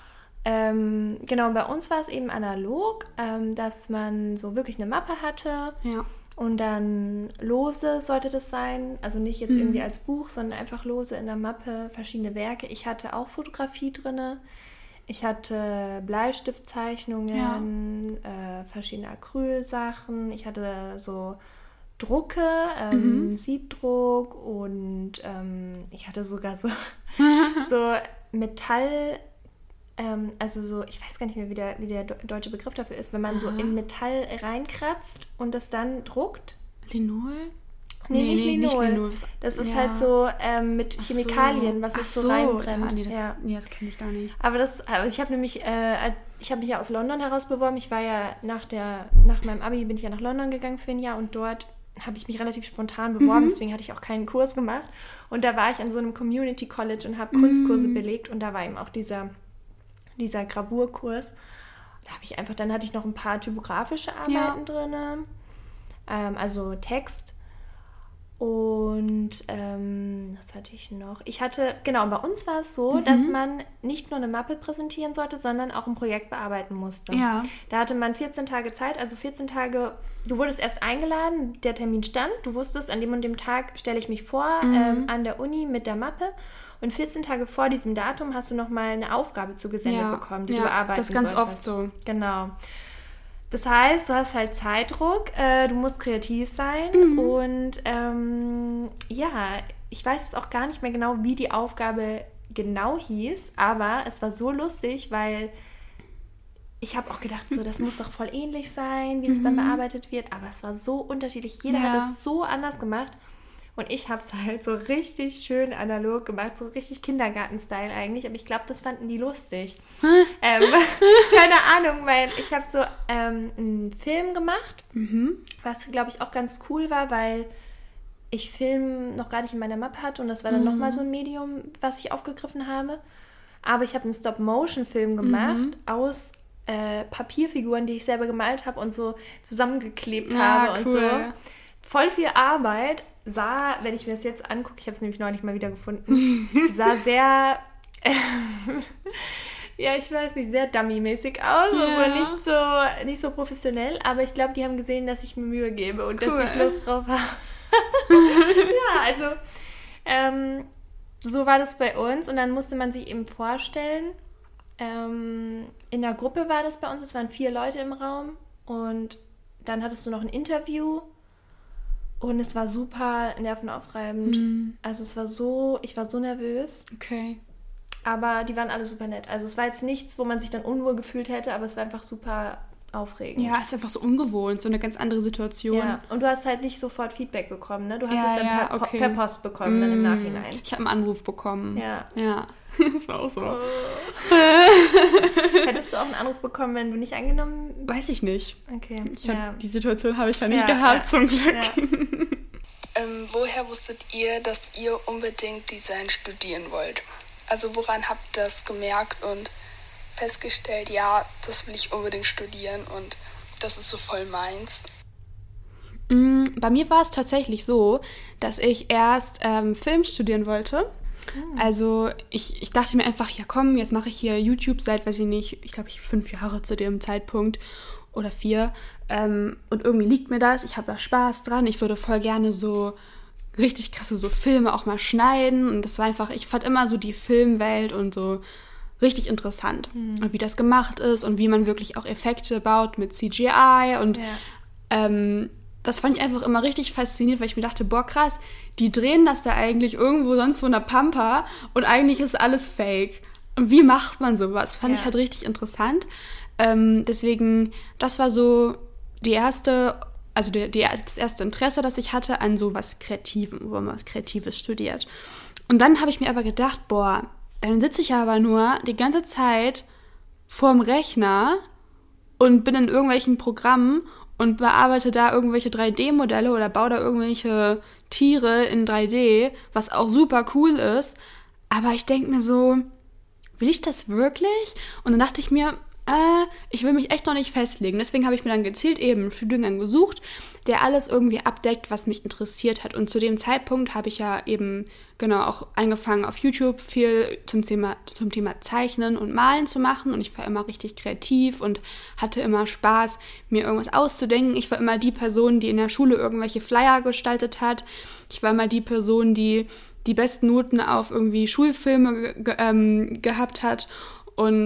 Ähm, genau, und bei uns war es eben analog, ähm, dass man so wirklich eine Mappe hatte ja. und dann lose sollte das sein, also nicht jetzt mhm. irgendwie als Buch, sondern einfach lose in der Mappe verschiedene Werke. Ich hatte auch Fotografie drin, ich hatte Bleistiftzeichnungen, ja. äh, verschiedene Acrylsachen, ich hatte so Drucke, ähm, mhm. Siebdruck und ähm, ich hatte sogar so, so Metall ähm, also so, ich weiß gar nicht mehr, wie der, wie der deutsche Begriff dafür ist, wenn man Aha. so in Metall reinkratzt und das dann druckt. Linol? Nee, nee, nicht nee, Linol. Nicht Linol. Das ist ja. halt so ähm, mit Ach Chemikalien, so. was es so, so reinbrennt. Ja, nee, das, ja. nee, das kenne ich gar nicht. Aber das, also ich habe nämlich, äh, ich habe mich ja aus London heraus beworben. Ich war ja nach der, nach meinem Abi bin ich ja nach London gegangen für ein Jahr und dort habe ich mich relativ spontan beworben, mhm. deswegen hatte ich auch keinen Kurs gemacht. Und da war ich an so einem Community College und habe mhm. Kunstkurse belegt und da war eben auch dieser, dieser Gravurkurs. Da habe ich einfach, dann hatte ich noch ein paar typografische Arbeiten ja. drin, ähm, also Text. Und ähm, was hatte ich noch? Ich hatte, genau, bei uns war es so, mhm. dass man nicht nur eine Mappe präsentieren sollte, sondern auch ein Projekt bearbeiten musste. Ja. Da hatte man vierzehn Tage Zeit, also vierzehn Tage, du wurdest erst eingeladen, der Termin stand, du wusstest, an dem und dem Tag stelle ich mich vor mhm. ähm, an der Uni mit der Mappe. Und vierzehn Tage vor diesem Datum hast du nochmal eine Aufgabe zugesendet ja. bekommen, die ja, du bearbeiten solltest. Das ist ganz oft so. Genau. Das heißt, du hast halt Zeitdruck, äh, du musst kreativ sein mhm. und ähm, ja, ich weiß jetzt auch gar nicht mehr genau, wie die Aufgabe genau hieß, aber es war so lustig, weil ich habe auch gedacht, so das muss doch voll ähnlich sein, wie das mhm. dann bearbeitet wird, aber es war so unterschiedlich, jeder ja. hat es so anders gemacht. Und ich habe es halt so richtig schön analog gemacht, so richtig Kindergarten-Style eigentlich. Aber ich glaube, das fanden die lustig. ähm, keine Ahnung, weil ich habe so ähm, einen Film gemacht, mhm. was, glaube ich, auch ganz cool war, weil ich Film noch gar nicht in meiner Mappe hatte. Und das war dann mhm. nochmal so ein Medium, was ich aufgegriffen habe. Aber ich habe einen Stop-Motion-Film gemacht mhm. aus äh, Papierfiguren, die ich selber gemalt habe und so zusammengeklebt ah, habe cool. und so. Voll viel Arbeit. Sah, wenn ich mir das jetzt angucke, ich habe es nämlich neulich mal wieder gefunden, sah sehr, äh, ja, ich weiß nicht, sehr dummy-mäßig aus, ja. also nicht so, nicht so professionell, aber ich glaube, die haben gesehen, dass ich mir Mühe gebe und cool. dass ich Lust drauf habe. ja, also, ähm, so war das bei uns und dann musste man sich eben vorstellen, ähm, in der Gruppe war das bei uns, es waren vier Leute im Raum und dann hattest du noch ein Interview. Und es war super nervenaufreibend. Mm. Also es war so, ich war so nervös. Okay. Aber die waren alle super nett. Also es war jetzt nichts, wo man sich dann unwohl gefühlt hätte, aber es war einfach super aufregend. Ja, es ist einfach so ungewohnt, so eine ganz andere Situation. Ja, und du hast halt nicht sofort Feedback bekommen, ne? Du hast ja, es dann ja, per, okay. per Post bekommen, mm. dann im Nachhinein. Ich habe einen Anruf bekommen. Ja. Ja, das war auch so. Oh. Hättest du auch einen Anruf bekommen, wenn du nicht angenommen... Weiß ich nicht. Okay, ich ja. hab, Die Situation habe ich ja nicht ja, gehabt, ja. zum Glück. Ja. ähm, woher wusstet ihr, dass ihr unbedingt Design studieren wollt? Also woran habt ihr das gemerkt und festgestellt, ja, das will ich unbedingt studieren und das ist so voll meins? Bei mir war es tatsächlich so, dass ich erst ähm, Film studieren wollte. Mhm. Also ich, ich dachte mir einfach, ja komm, jetzt mache ich hier YouTube seit, weiß ich nicht, ich glaube ich fünf Jahre zu dem Zeitpunkt oder vier. Ähm, und irgendwie liegt mir das, ich habe da Spaß dran. Ich würde voll gerne so richtig krasse so Filme auch mal schneiden. Und das war einfach, ich fand immer so die Filmwelt und so richtig interessant. Mhm. Und wie das gemacht ist und wie man wirklich auch Effekte baut mit C G I. Und ja. ähm, das fand ich einfach immer richtig faszinierend, weil ich mir dachte, boah krass, die drehen das da eigentlich irgendwo sonst wo in der Pampa und eigentlich ist alles fake. Und wie macht man sowas? Fand ja. ich halt richtig interessant. Ähm, deswegen, das war so die erste, also die, die, das erste Interesse, das ich hatte an so was Kreativem, wo man was Kreatives studiert. Und dann habe ich mir aber gedacht, boah, dann sitze ich aber nur die ganze Zeit vorm Rechner und bin in irgendwelchen Programmen und bearbeite da irgendwelche drei D-Modelle oder baue da irgendwelche Tiere in drei D, was auch super cool ist. Aber ich denke mir so, will ich das wirklich? Und dann dachte ich mir, äh, ich will mich echt noch nicht festlegen. Deswegen habe ich mir dann gezielt eben einen Studiengang gesucht, der alles irgendwie abdeckt, was mich interessiert hat. Und zu dem Zeitpunkt habe ich ja eben genau auch angefangen, auf YouTube viel zum Thema, zum Thema Zeichnen und Malen zu machen. Und ich war immer richtig kreativ und hatte immer Spaß, mir irgendwas auszudenken. Ich war immer die Person, die in der Schule irgendwelche Flyer gestaltet hat. Ich war immer die Person, die die besten Noten auf irgendwie Schulfilme ge- ähm, gehabt hat. Und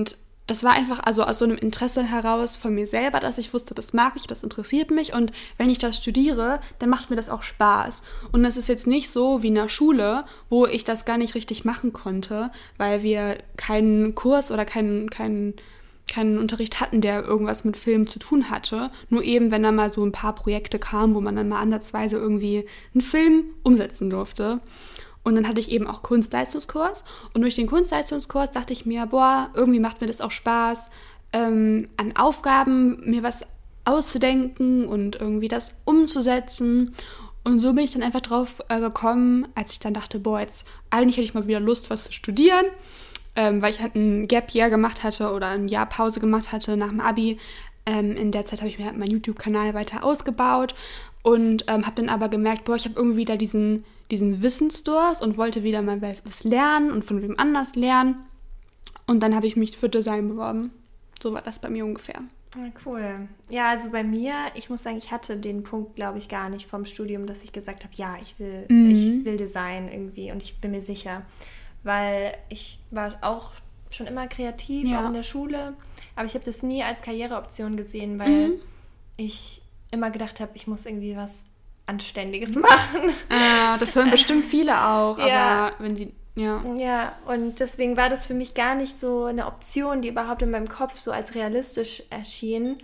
das war einfach also aus so einem Interesse heraus von mir selber, dass ich wusste, das mag ich, das interessiert mich und wenn ich das studiere, dann macht mir das auch Spaß. Und es ist jetzt nicht so wie in der Schule, wo ich das gar nicht richtig machen konnte, weil wir keinen Kurs oder keinen, keinen, keinen Unterricht hatten, der irgendwas mit Film zu tun hatte. Nur eben, wenn da mal so ein paar Projekte kamen, wo man dann mal ansatzweise irgendwie einen Film umsetzen durfte. Und dann hatte ich eben auch Kunstleistungskurs. Und durch den Kunstleistungskurs dachte ich mir, boah, irgendwie macht mir das auch Spaß, ähm, an Aufgaben mir was auszudenken und irgendwie das umzusetzen. Und so bin ich dann einfach drauf äh, gekommen, als ich dann dachte, boah, jetzt eigentlich hätte ich mal wieder Lust, was zu studieren. Ähm, weil ich halt ein Gap-Year gemacht hatte oder ein Jahr Pause gemacht hatte nach dem Abi. Ähm, in der Zeit habe ich mir halt meinen YouTube-Kanal weiter ausgebaut und ähm, habe dann aber gemerkt, boah, ich habe irgendwie wieder diesen... diesen Wissensdurst und wollte wieder mal was lernen und von wem anders lernen. Und dann habe ich mich für Design beworben. So war das bei mir ungefähr. Ja, cool. Ja, also bei mir, ich muss sagen, ich hatte den Punkt, glaube ich, gar nicht vom Studium, dass ich gesagt habe, ja, ich will, mhm. ich will Design irgendwie und ich bin mir sicher. Weil ich war auch schon immer kreativ, ja. auch in der Schule. Aber ich habe das nie als Karriereoption gesehen, weil mhm. ich immer gedacht habe, ich muss irgendwie was Anständiges machen. Ah, das hören bestimmt viele auch, ja. aber wenn sie, ja. Ja, und deswegen war das für mich gar nicht so eine Option, die überhaupt in meinem Kopf so als realistisch erschien.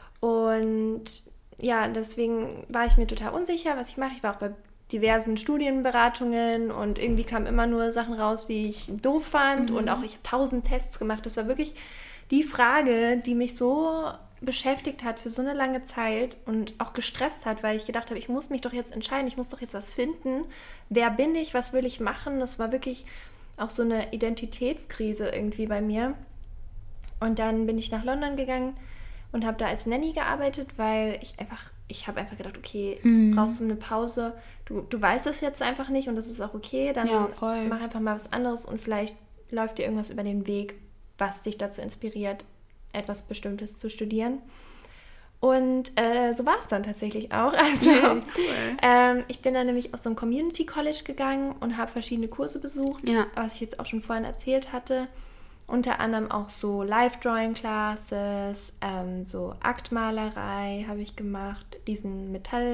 Und ja, deswegen war ich mir total unsicher, was ich mache. Ich war auch bei diversen Studienberatungen und irgendwie kamen immer nur Sachen raus, die ich doof fand. Mhm. Und auch ich habe tausend Tests gemacht. Das war wirklich die Frage, die mich so beschäftigt hat für so eine lange Zeit und auch gestresst hat, weil ich gedacht habe, ich muss mich doch jetzt entscheiden, ich muss doch jetzt was finden. Wer bin ich? Was will ich machen? Das war wirklich auch so eine Identitätskrise irgendwie bei mir. Und dann bin ich nach London gegangen und habe da als Nanny gearbeitet, weil ich einfach, ich habe einfach gedacht, okay, jetzt mhm. brauchst du eine Pause. Du, du weißt es jetzt einfach nicht und das ist auch okay. Dann ja, mach einfach mal was anderes und vielleicht läuft dir irgendwas über den Weg, was dich dazu inspiriert, etwas Bestimmtes zu studieren. Und äh, so war es dann tatsächlich auch. Also cool. ähm, ich bin dann nämlich auf so ein Community College gegangen und habe verschiedene Kurse besucht, ja. was ich jetzt auch schon vorhin erzählt hatte. Unter anderem auch so Live-Drawing-Classes, ähm, so Aktmalerei habe ich gemacht, diesen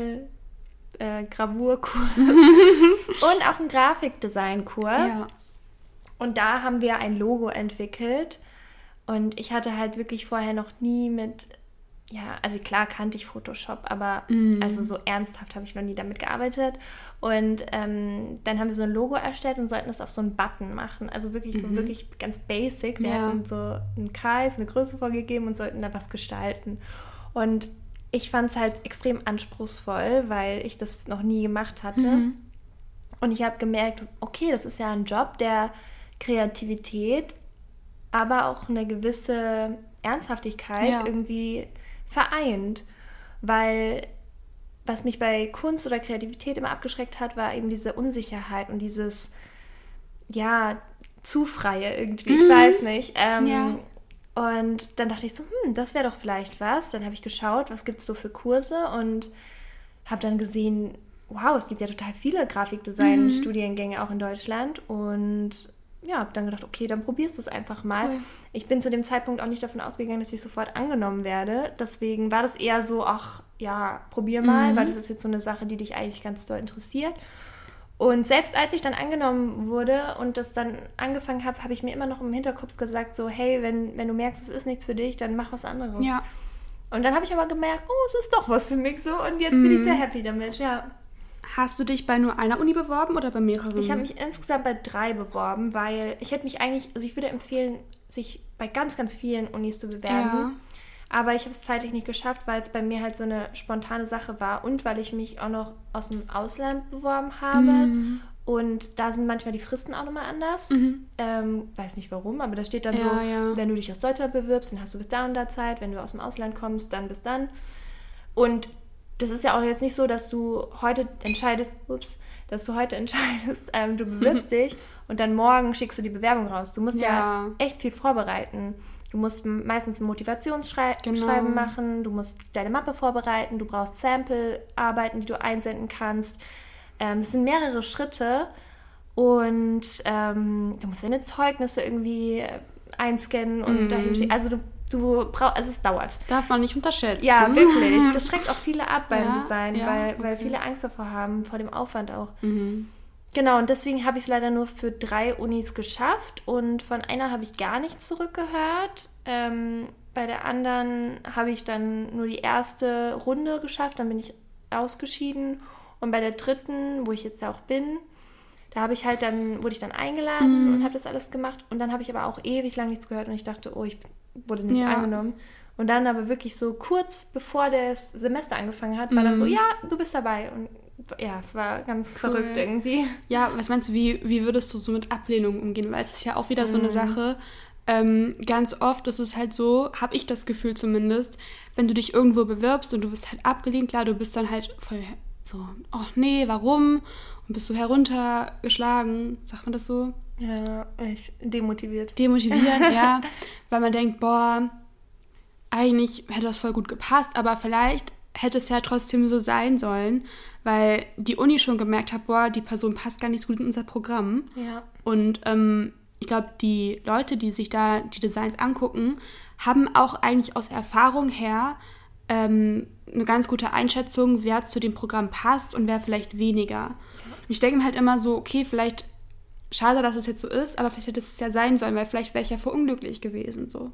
Metall-Gravurkurs äh, und auch einen Grafikdesign-Kurs. Ja. Und da haben wir ein Logo entwickelt. Und ich hatte halt wirklich vorher noch nie mit, ja, also klar kannte ich Photoshop, aber mm. also so ernsthaft habe ich noch nie damit gearbeitet. Und ähm, dann haben wir so ein Logo erstellt und sollten das auf so einen Button machen. Also wirklich so mhm. wirklich ganz basic. Wir ja. hatten so einen Kreis, eine Größe vorgegeben und sollten da was gestalten. Und ich fand es halt extrem anspruchsvoll, weil ich das noch nie gemacht hatte. Mhm. Und ich habe gemerkt, okay, das ist ja ein Job, der Kreativität aber auch eine gewisse Ernsthaftigkeit ja. irgendwie vereint. Weil was mich bei Kunst oder Kreativität immer abgeschreckt hat, war eben diese Unsicherheit und dieses, ja, zu freie irgendwie, ich mhm. weiß nicht. Ähm, ja. Und dann dachte ich so, hm, das wäre doch vielleicht was. Dann habe ich geschaut, was gibt es so für Kurse und habe dann gesehen, wow, es gibt ja total viele Grafikdesign-Studiengänge mhm. auch in Deutschland und ja, habe dann gedacht, okay, dann probierst du es einfach mal. Cool. Ich bin zu dem Zeitpunkt auch nicht davon ausgegangen, dass ich sofort angenommen werde. Deswegen war das eher so, ach ja, probier mal, mhm. weil das ist jetzt so eine Sache, die dich eigentlich ganz doll interessiert. Und selbst als ich dann angenommen wurde und das dann angefangen habe, habe ich mir immer noch im Hinterkopf gesagt, so hey, wenn, wenn du merkst, es ist nichts für dich, dann mach was anderes. Ja. Und dann habe ich aber gemerkt, oh, es ist doch was für mich so und jetzt mhm. bin ich sehr happy damit, ja. Hast du dich bei nur einer Uni beworben oder bei mehreren? Ich habe mich insgesamt bei drei beworben, weil ich hätte mich eigentlich, also ich würde empfehlen, sich bei ganz, ganz vielen Unis zu bewerben. Ja. Aber ich habe es zeitlich nicht geschafft, weil es bei mir halt so eine spontane Sache war und weil ich mich auch noch aus dem Ausland beworben habe. Mhm. Und da sind manchmal die Fristen auch nochmal anders. Mhm. Ähm, weiß nicht warum, aber da steht dann ja, so, ja. wenn du dich aus Deutschland bewirbst, dann hast du bis da und da Zeit. Wenn du aus dem Ausland kommst, dann bis dann. Und das ist ja auch jetzt nicht so, dass du heute entscheidest, ups, dass du heute entscheidest, ähm, du bewirbst dich und dann morgen schickst du die Bewerbung raus. Du musst ja, ja echt viel vorbereiten. Du musst meistens ein Motivationsschreiben genau. machen, du musst deine Mappe vorbereiten, du brauchst Sample-Arbeiten, die du einsenden kannst. Ähm, das sind mehrere Schritte und ähm, du musst deine Zeugnisse irgendwie einscannen und Mhm. dahin schicken. Also du, du brauchst, also es dauert. Darf man nicht unterschätzen. Ja, wirklich. Das schreckt auch viele ab beim Ja, Design, ja, weil, weil okay. viele Angst davor haben, vor dem Aufwand auch. Mhm. Genau, und deswegen habe ich es leider nur für drei Unis geschafft und von einer habe ich gar nichts zurückgehört. Ähm, bei der anderen habe ich dann nur die erste Runde geschafft, dann bin ich ausgeschieden. Und bei der dritten, wo ich jetzt auch bin, da habe ich halt dann, wurde ich dann eingeladen Mhm. und habe das alles gemacht. Und dann habe ich aber auch ewig lang nichts gehört und ich dachte, oh, ich wurde nicht Ja. angenommen. Und dann aber wirklich so kurz bevor das Semester angefangen hat, war dann so, Mhm. ja, du bist dabei. Und ja, es war ganz Cool. verrückt irgendwie. Ja, was meinst du, wie, wie würdest du so mit Ablehnung umgehen? Weil es ist ja auch wieder so Mhm. eine Sache. Ähm, ganz oft ist es halt so, habe ich das Gefühl zumindest, wenn du dich irgendwo bewirbst und du wirst halt abgelehnt, klar, du bist dann halt voll so, oh nee, warum? Und bist so heruntergeschlagen, sagt man das so? Ja, echt demotiviert. Demotivierend, ja, weil man denkt, boah, eigentlich hätte das voll gut gepasst, aber vielleicht hätte es ja trotzdem so sein sollen, weil die Uni schon gemerkt hat, boah, die Person passt gar nicht so gut in unser Programm. Ja. Und ähm, ich glaube, die Leute, die sich da die Designs angucken, haben auch eigentlich aus Erfahrung her ähm, eine ganz gute Einschätzung, wer zu dem Programm passt und wer vielleicht weniger. Und ich denke mir halt immer so, okay, vielleicht schade, dass es jetzt so ist, aber vielleicht hätte es ja sein sollen, weil vielleicht wäre ich ja verunglücklich gewesen. So.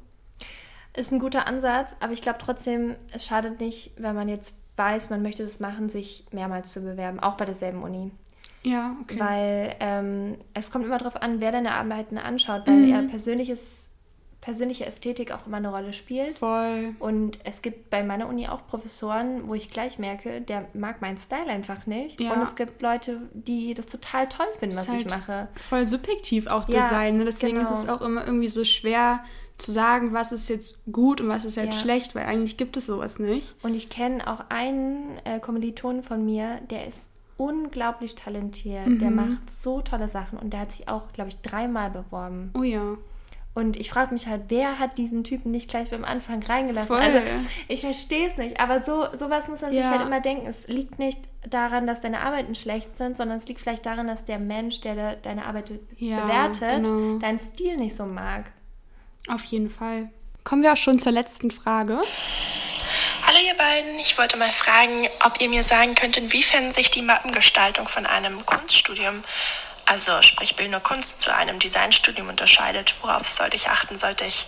Ist ein guter Ansatz, aber ich glaube trotzdem, es schadet nicht, wenn man jetzt weiß, man möchte das machen, sich mehrmals zu bewerben, auch bei derselben Uni. Ja, okay. Weil ähm, es kommt immer darauf an, wer deine Arbeiten anschaut, weil Mhm. ja persönliches, persönliche Ästhetik auch immer eine Rolle spielt. Voll. Und es gibt bei meiner Uni auch Professoren, wo ich gleich merke, der mag meinen Style einfach nicht. Ja. Und es gibt Leute, die das total toll finden, was Ist halt ich mache. Voll subjektiv auch Ja, Design. Ne? Deswegen genau. ist es auch immer irgendwie so schwer zu sagen, was ist jetzt gut und was ist jetzt Ja. schlecht, weil eigentlich gibt es sowas nicht. Und ich kenne auch einen äh, Kommilitonen von mir, der ist unglaublich talentiert. Mhm. Der macht so tolle Sachen und der hat sich auch, glaube ich, dreimal beworben. Oh ja. Und ich frage mich halt, wer hat diesen Typen nicht gleich beim Anfang reingelassen? Voll. Also ich verstehe es nicht, aber so sowas muss man sich Ja. halt immer denken. Es liegt nicht daran, dass deine Arbeiten schlecht sind, sondern es liegt vielleicht daran, dass der Mensch, der de- deine Arbeit be- Ja, bewertet, genau. deinen Stil nicht so mag. Auf jeden Fall. Kommen wir auch schon zur letzten Frage. Hallo ihr beiden, ich wollte mal fragen, ob ihr mir sagen könnt, inwiefern sich die Mappengestaltung von einem Kunststudium, also sprich Bildende Kunst, zu einem Designstudium unterscheidet. Worauf sollte ich achten? Sollte ich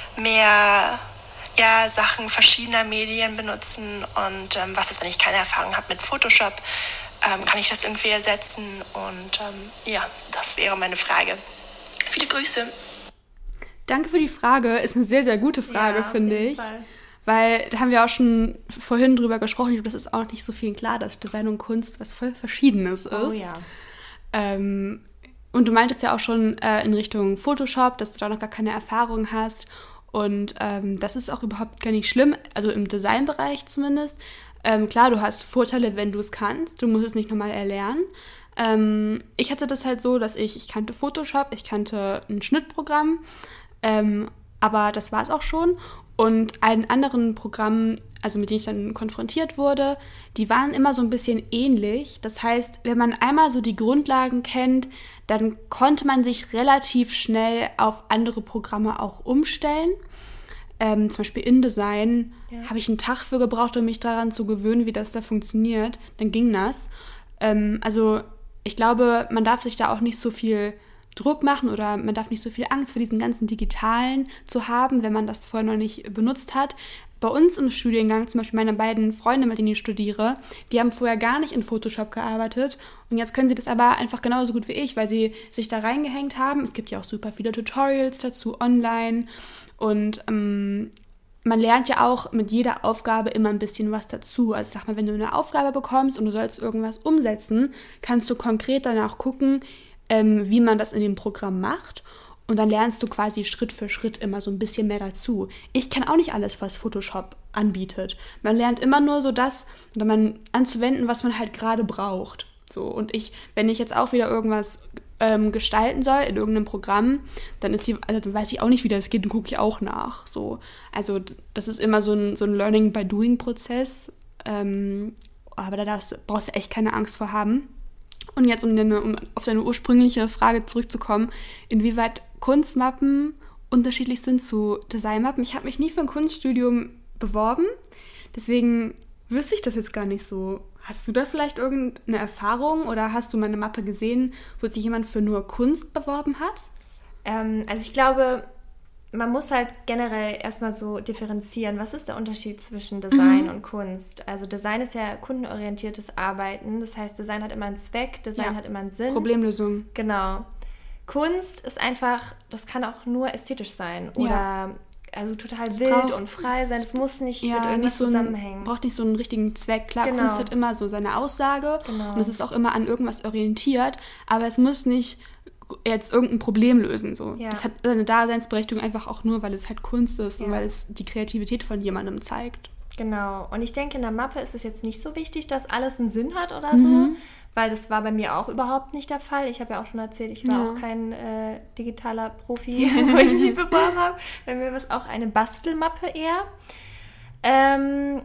mehr ja, Sachen verschiedener Medien benutzen? Und ähm, was ist, wenn ich keine Erfahrung habe mit Photoshop? Ähm, kann ich das irgendwie ersetzen? Und ähm, ja, das wäre meine Frage. Viele Grüße. Danke für die Frage. Ist eine sehr, sehr gute Frage, Ja, auf finde jeden ich. Fall. Weil da haben wir auch schon vorhin drüber gesprochen. Ich glaube, das ist auch nicht so vielen klar, dass Design und Kunst was voll Verschiedenes ist. Oh ja. Ähm, und du meintest ja auch schon äh, in Richtung Photoshop, dass du da noch gar keine Erfahrung hast. Und ähm, das ist auch überhaupt gar nicht schlimm, also im Designbereich zumindest. Ähm, klar, du hast Vorteile, wenn du es kannst. Du musst es nicht nochmal erlernen. Ähm, ich hatte das halt so, dass ich, ich kannte Photoshop, ich kannte ein Schnittprogramm, ähm, aber das war es auch schon. Und allen anderen Programmen, also mit denen ich dann konfrontiert wurde, die waren immer so ein bisschen ähnlich. Das heißt, wenn man einmal so die Grundlagen kennt, dann konnte man sich relativ schnell auf andere Programme auch umstellen. Ähm, zum Beispiel InDesign Ja. habe ich einen Tag für gebraucht, um mich daran zu gewöhnen, wie das da funktioniert. Dann ging das. Ähm, also ich glaube, man darf sich da auch nicht so viel Druck machen oder man darf nicht so viel Angst vor diesen ganzen Digitalen zu haben, wenn man das vorher noch nicht benutzt hat. Bei uns im Studiengang, zum Beispiel meine beiden Freunde, mit denen ich studiere, die haben vorher gar nicht in Photoshop gearbeitet und jetzt können sie das aber einfach genauso gut wie ich, weil sie sich da reingehängt haben. Es gibt ja auch super viele Tutorials dazu online und ähm, man lernt ja auch mit jeder Aufgabe immer ein bisschen was dazu. Also sag mal, wenn du eine Aufgabe bekommst und du sollst irgendwas umsetzen, kannst du konkret danach gucken, ähm, wie man das in dem Programm macht. Und dann lernst du quasi Schritt für Schritt immer so ein bisschen mehr dazu. Ich kenne auch nicht alles, was Photoshop anbietet. Man lernt immer nur so das, oder man anzuwenden, was man halt gerade braucht. So, und ich, wenn ich jetzt auch wieder irgendwas ähm, gestalten soll in irgendeinem Programm, dann ist die, also dann weiß ich auch nicht, wie das geht, dann gucke ich auch nach. So, also das ist immer so ein, so ein Learning-by-Doing-Prozess. Ähm, aber da darfst, brauchst du echt keine Angst vor haben. Und jetzt, um, deine, um auf deine ursprüngliche Frage zurückzukommen, inwieweit Kunstmappen unterschiedlich sind zu Designmappen. Ich habe mich nie für ein Kunststudium beworben, deswegen wüsste ich das jetzt gar nicht so. Hast du da vielleicht irgendeine Erfahrung oder hast du mal eine Mappe gesehen, wo sich jemand für nur Kunst beworben hat? Ähm, also ich glaube, man muss halt generell erstmal so differenzieren, was ist der Unterschied zwischen Design mhm. und Kunst? Also Design ist ja kundenorientiertes Arbeiten, das heißt, Design hat immer einen Zweck, Design ja. hat immer einen Sinn. Problemlösung. Genau. Kunst ist einfach, das kann auch nur ästhetisch sein oder ja. also total es wild braucht, und frei sein. Es muss nicht ja, mit irgendwas nicht so zusammenhängen. Es braucht nicht so einen richtigen Zweck. Klar, genau. Kunst hat immer so seine Aussage genau. und es ist auch immer an irgendwas orientiert, aber es muss nicht jetzt irgendein Problem lösen. So. Ja. Das hat seine Daseinsberechtigung einfach auch nur, weil es halt Kunst ist ja. und weil es die Kreativität von jemandem zeigt. Genau. Und ich denke, in der Mappe ist es jetzt nicht so wichtig, dass alles einen Sinn hat oder mhm. so, weil das war bei mir auch überhaupt nicht der Fall. Ich habe ja auch schon erzählt, ich war ja. auch kein äh, digitaler Profi, wo ich mich beworben habe. Bei mir war es auch eine Bastelmappe eher. Ähm,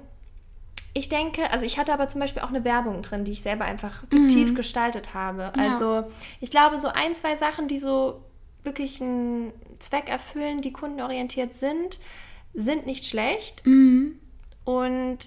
ich denke, also ich hatte aber zum Beispiel auch eine Werbung drin, die ich selber einfach fiktiv mhm. gestaltet habe. Also ja. ich glaube, so ein, zwei Sachen, die so wirklich einen Zweck erfüllen, die kundenorientiert sind, sind nicht schlecht. Mhm. Und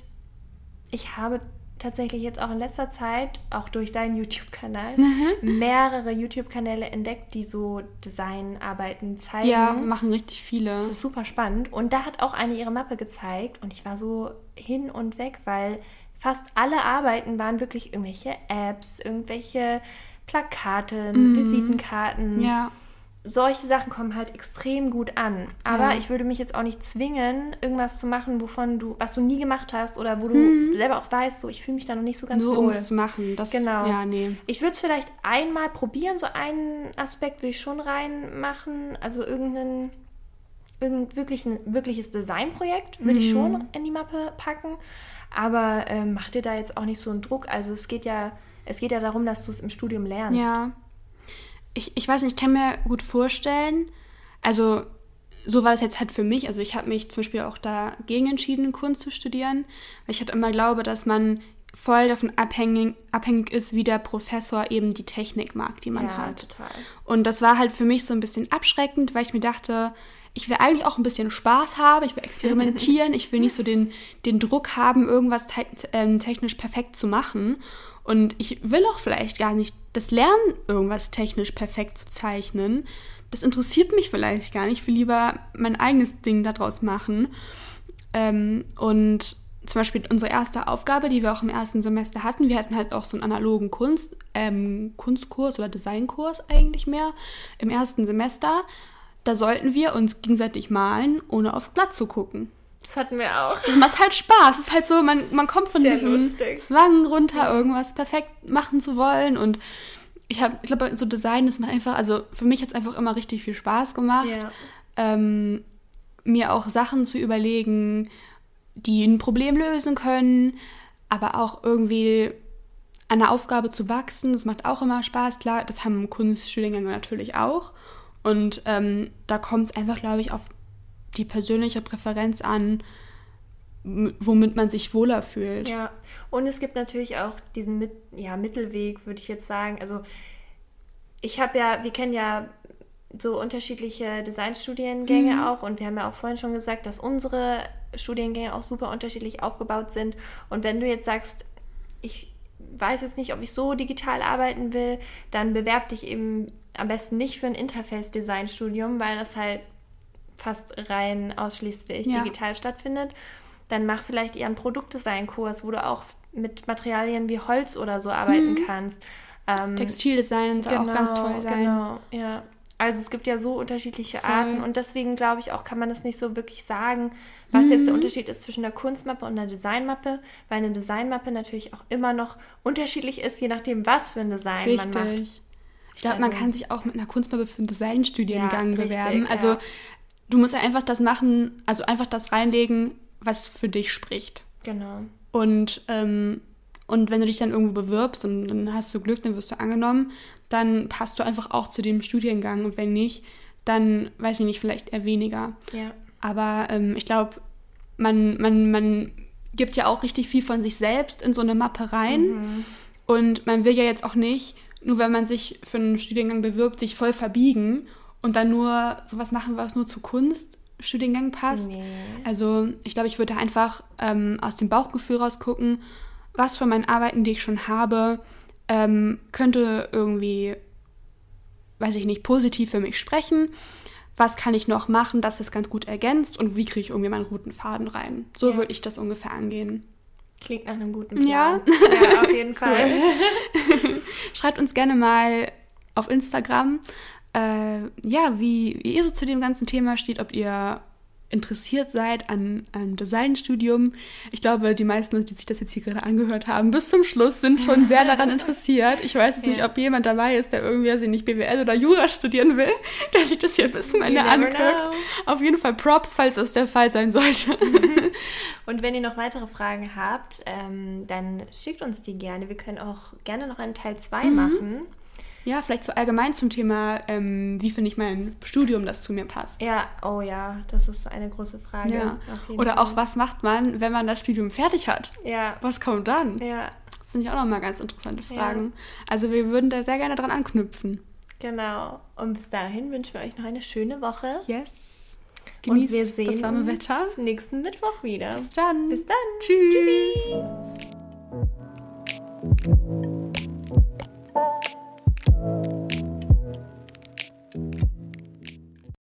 ich habe tatsächlich jetzt auch in letzter Zeit, auch durch deinen YouTube-Kanal, mhm. mehrere YouTube-Kanäle entdeckt, die so Designarbeiten zeigen. Ja, machen richtig viele. Das ist super spannend. Und da hat auch eine ihre Mappe gezeigt und ich war so hin und weg, weil fast alle Arbeiten waren wirklich irgendwelche Apps, irgendwelche Plakate, mhm. Visitenkarten. Ja. Solche Sachen kommen halt extrem gut an. Aber ja. ich würde mich jetzt auch nicht zwingen, irgendwas zu machen, wovon du, was du nie gemacht hast oder wo du hm. selber auch weißt, so ich fühle mich da noch nicht so ganz so, wohl. um es zu machen. Das, genau. Ja, nee. Ich würde es vielleicht einmal probieren, so einen Aspekt will ich schon reinmachen. Also irgendein, irgendein wirklich ein wirkliches Designprojekt würde mhm. ich schon in die Mappe packen. Aber äh, mach dir da jetzt auch nicht so einen Druck. Also es geht ja, es geht ja darum, dass du es im Studium lernst. Ja. Ich, ich weiß nicht, ich kann mir gut vorstellen, also so war das jetzt halt für mich, also ich habe mich zum Beispiel auch dagegen entschieden, Kunst zu studieren, weil ich halt immer glaube, dass man voll davon abhängig, abhängig ist, wie der Professor eben die Technik mag, die man ja, hat. Total. Und das war halt für mich so ein bisschen abschreckend, weil ich mir dachte, ich will eigentlich auch ein bisschen Spaß haben, ich will experimentieren, ich will nicht so den, den Druck haben, irgendwas te- ähm, technisch perfekt zu machen. Und ich will auch vielleicht gar nicht das Lernen, irgendwas technisch perfekt zu zeichnen. Das interessiert mich vielleicht gar nicht. Ich will lieber mein eigenes Ding daraus machen. Ähm, und zum Beispiel unsere erste Aufgabe, die wir auch im ersten Semester hatten, wir hatten halt auch so einen analogen Kunst, ähm, Kunstkurs oder Designkurs eigentlich mehr im ersten Semester. Da sollten wir uns gegenseitig malen, ohne aufs Blatt zu gucken. Das hatten wir auch. Das macht halt Spaß. Es ist halt so, man, man kommt von Sehr diesem lustig. Zwang runter, irgendwas perfekt machen zu wollen. Und ich habe, ich glaube, so Design, das macht einfach, also für mich hat es einfach immer richtig viel Spaß gemacht, Ja. ähm, mir auch Sachen zu überlegen, die ein Problem lösen können, aber auch irgendwie an der Aufgabe zu wachsen. Das macht auch immer Spaß. Klar, das haben Kunststudiengänge natürlich auch. Und ähm, da kommt es einfach, glaube ich, auf die persönliche Präferenz an, m- womit man sich wohler fühlt. Ja, und es gibt natürlich auch diesen Mit- ja, Mittelweg, würde ich jetzt sagen. Also ich habe ja, wir kennen ja so unterschiedliche Designstudiengänge Mhm. auch und wir haben ja auch vorhin schon gesagt, dass unsere Studiengänge auch super unterschiedlich aufgebaut sind. Und wenn du jetzt sagst, ich weiß jetzt nicht, ob ich so digital arbeiten will, dann bewerb dich eben am besten nicht für ein Interface-Design-Studium, weil das halt fast rein ausschließlich Ja. digital stattfindet. Dann mach vielleicht eher einen Produktdesign-Kurs, wo du auch mit Materialien wie Holz oder so arbeiten Mhm. kannst. Ähm, Textildesign soll auch ganz toll sein. Genau, ja. Also es gibt ja so unterschiedliche Voll. Arten und deswegen glaube ich auch, kann man das nicht so wirklich sagen, was Mhm. jetzt der Unterschied ist zwischen der Kunstmappe und einer Designmappe, weil eine Designmappe natürlich auch immer noch unterschiedlich ist, je nachdem, was für ein Design man macht. Richtig. Ich glaube, man Also- kann sich auch mit einer Kunstmappe für einen Designstudiengang Ja, bewerben. richtig, Also ja. du musst ja einfach das machen, also einfach das reinlegen, was für dich spricht. Genau. Und, ähm, und wenn du dich dann irgendwo bewirbst und dann hast du Glück, dann wirst du angenommen, dann passt du einfach auch zu dem Studiengang. Und wenn nicht, dann weiß ich nicht, vielleicht eher weniger. Ja. Aber ähm, ich glaube, man, man, man gibt ja auch richtig viel von sich selbst in so eine Mappe rein. Mhm. Und man will ja jetzt auch nicht, nur wenn man sich für einen Studiengang bewirbt, sich voll verbiegen und dann nur sowas machen, was nur zu Kunststudiengängen passt. Nee. Also ich glaube, ich würde einfach ähm, aus dem Bauchgefühl raus gucken, was von meinen Arbeiten, die ich schon habe, ähm, könnte irgendwie, weiß ich nicht, positiv für mich sprechen. Was kann ich noch machen, dass es ganz gut ergänzt und wie kriege ich irgendwie meinen roten Faden rein. So Ja. würde ich das ungefähr angehen. Klingt nach einem guten Plan. Ja? Ja, auf jeden Fall. Schreibt uns gerne mal auf Instagram, äh, ja, wie, wie ihr so zu dem ganzen Thema steht, ob ihr interessiert seid an einem Designstudium. Ich glaube, die meisten, die sich das jetzt hier gerade angehört haben, bis zum Schluss sind schon sehr daran interessiert. Ich weiß jetzt nicht, Ja. ob jemand dabei ist, der irgendwie, also nicht B W L oder Jura studieren will, der sich das hier bis zum Ende never anguckt. know. Auf jeden Fall Props, falls das der Fall sein sollte. Und wenn ihr noch weitere Fragen habt, ähm, dann schickt uns die gerne. Wir können auch gerne noch einen Teil zwei Mhm. machen. Ja, vielleicht so allgemein zum Thema, ähm, wie finde ich mein Studium, das zu mir passt. Ja, oh ja, das ist eine große Frage. Ja. Auf jeden Oder Fall. auch, was macht man, wenn man das Studium fertig hat? Ja, Was kommt dann? ja, Das sind ja auch nochmal ganz interessante Ja. Fragen. Also wir würden da sehr gerne dran anknüpfen. genau. Und bis dahin wünschen wir euch noch eine schöne Woche. Yes. Und Genießt wir sehen das warme uns Wetter. nächsten Mittwoch wieder. Bis dann. Bis dann. Tschüss. Tschüssi.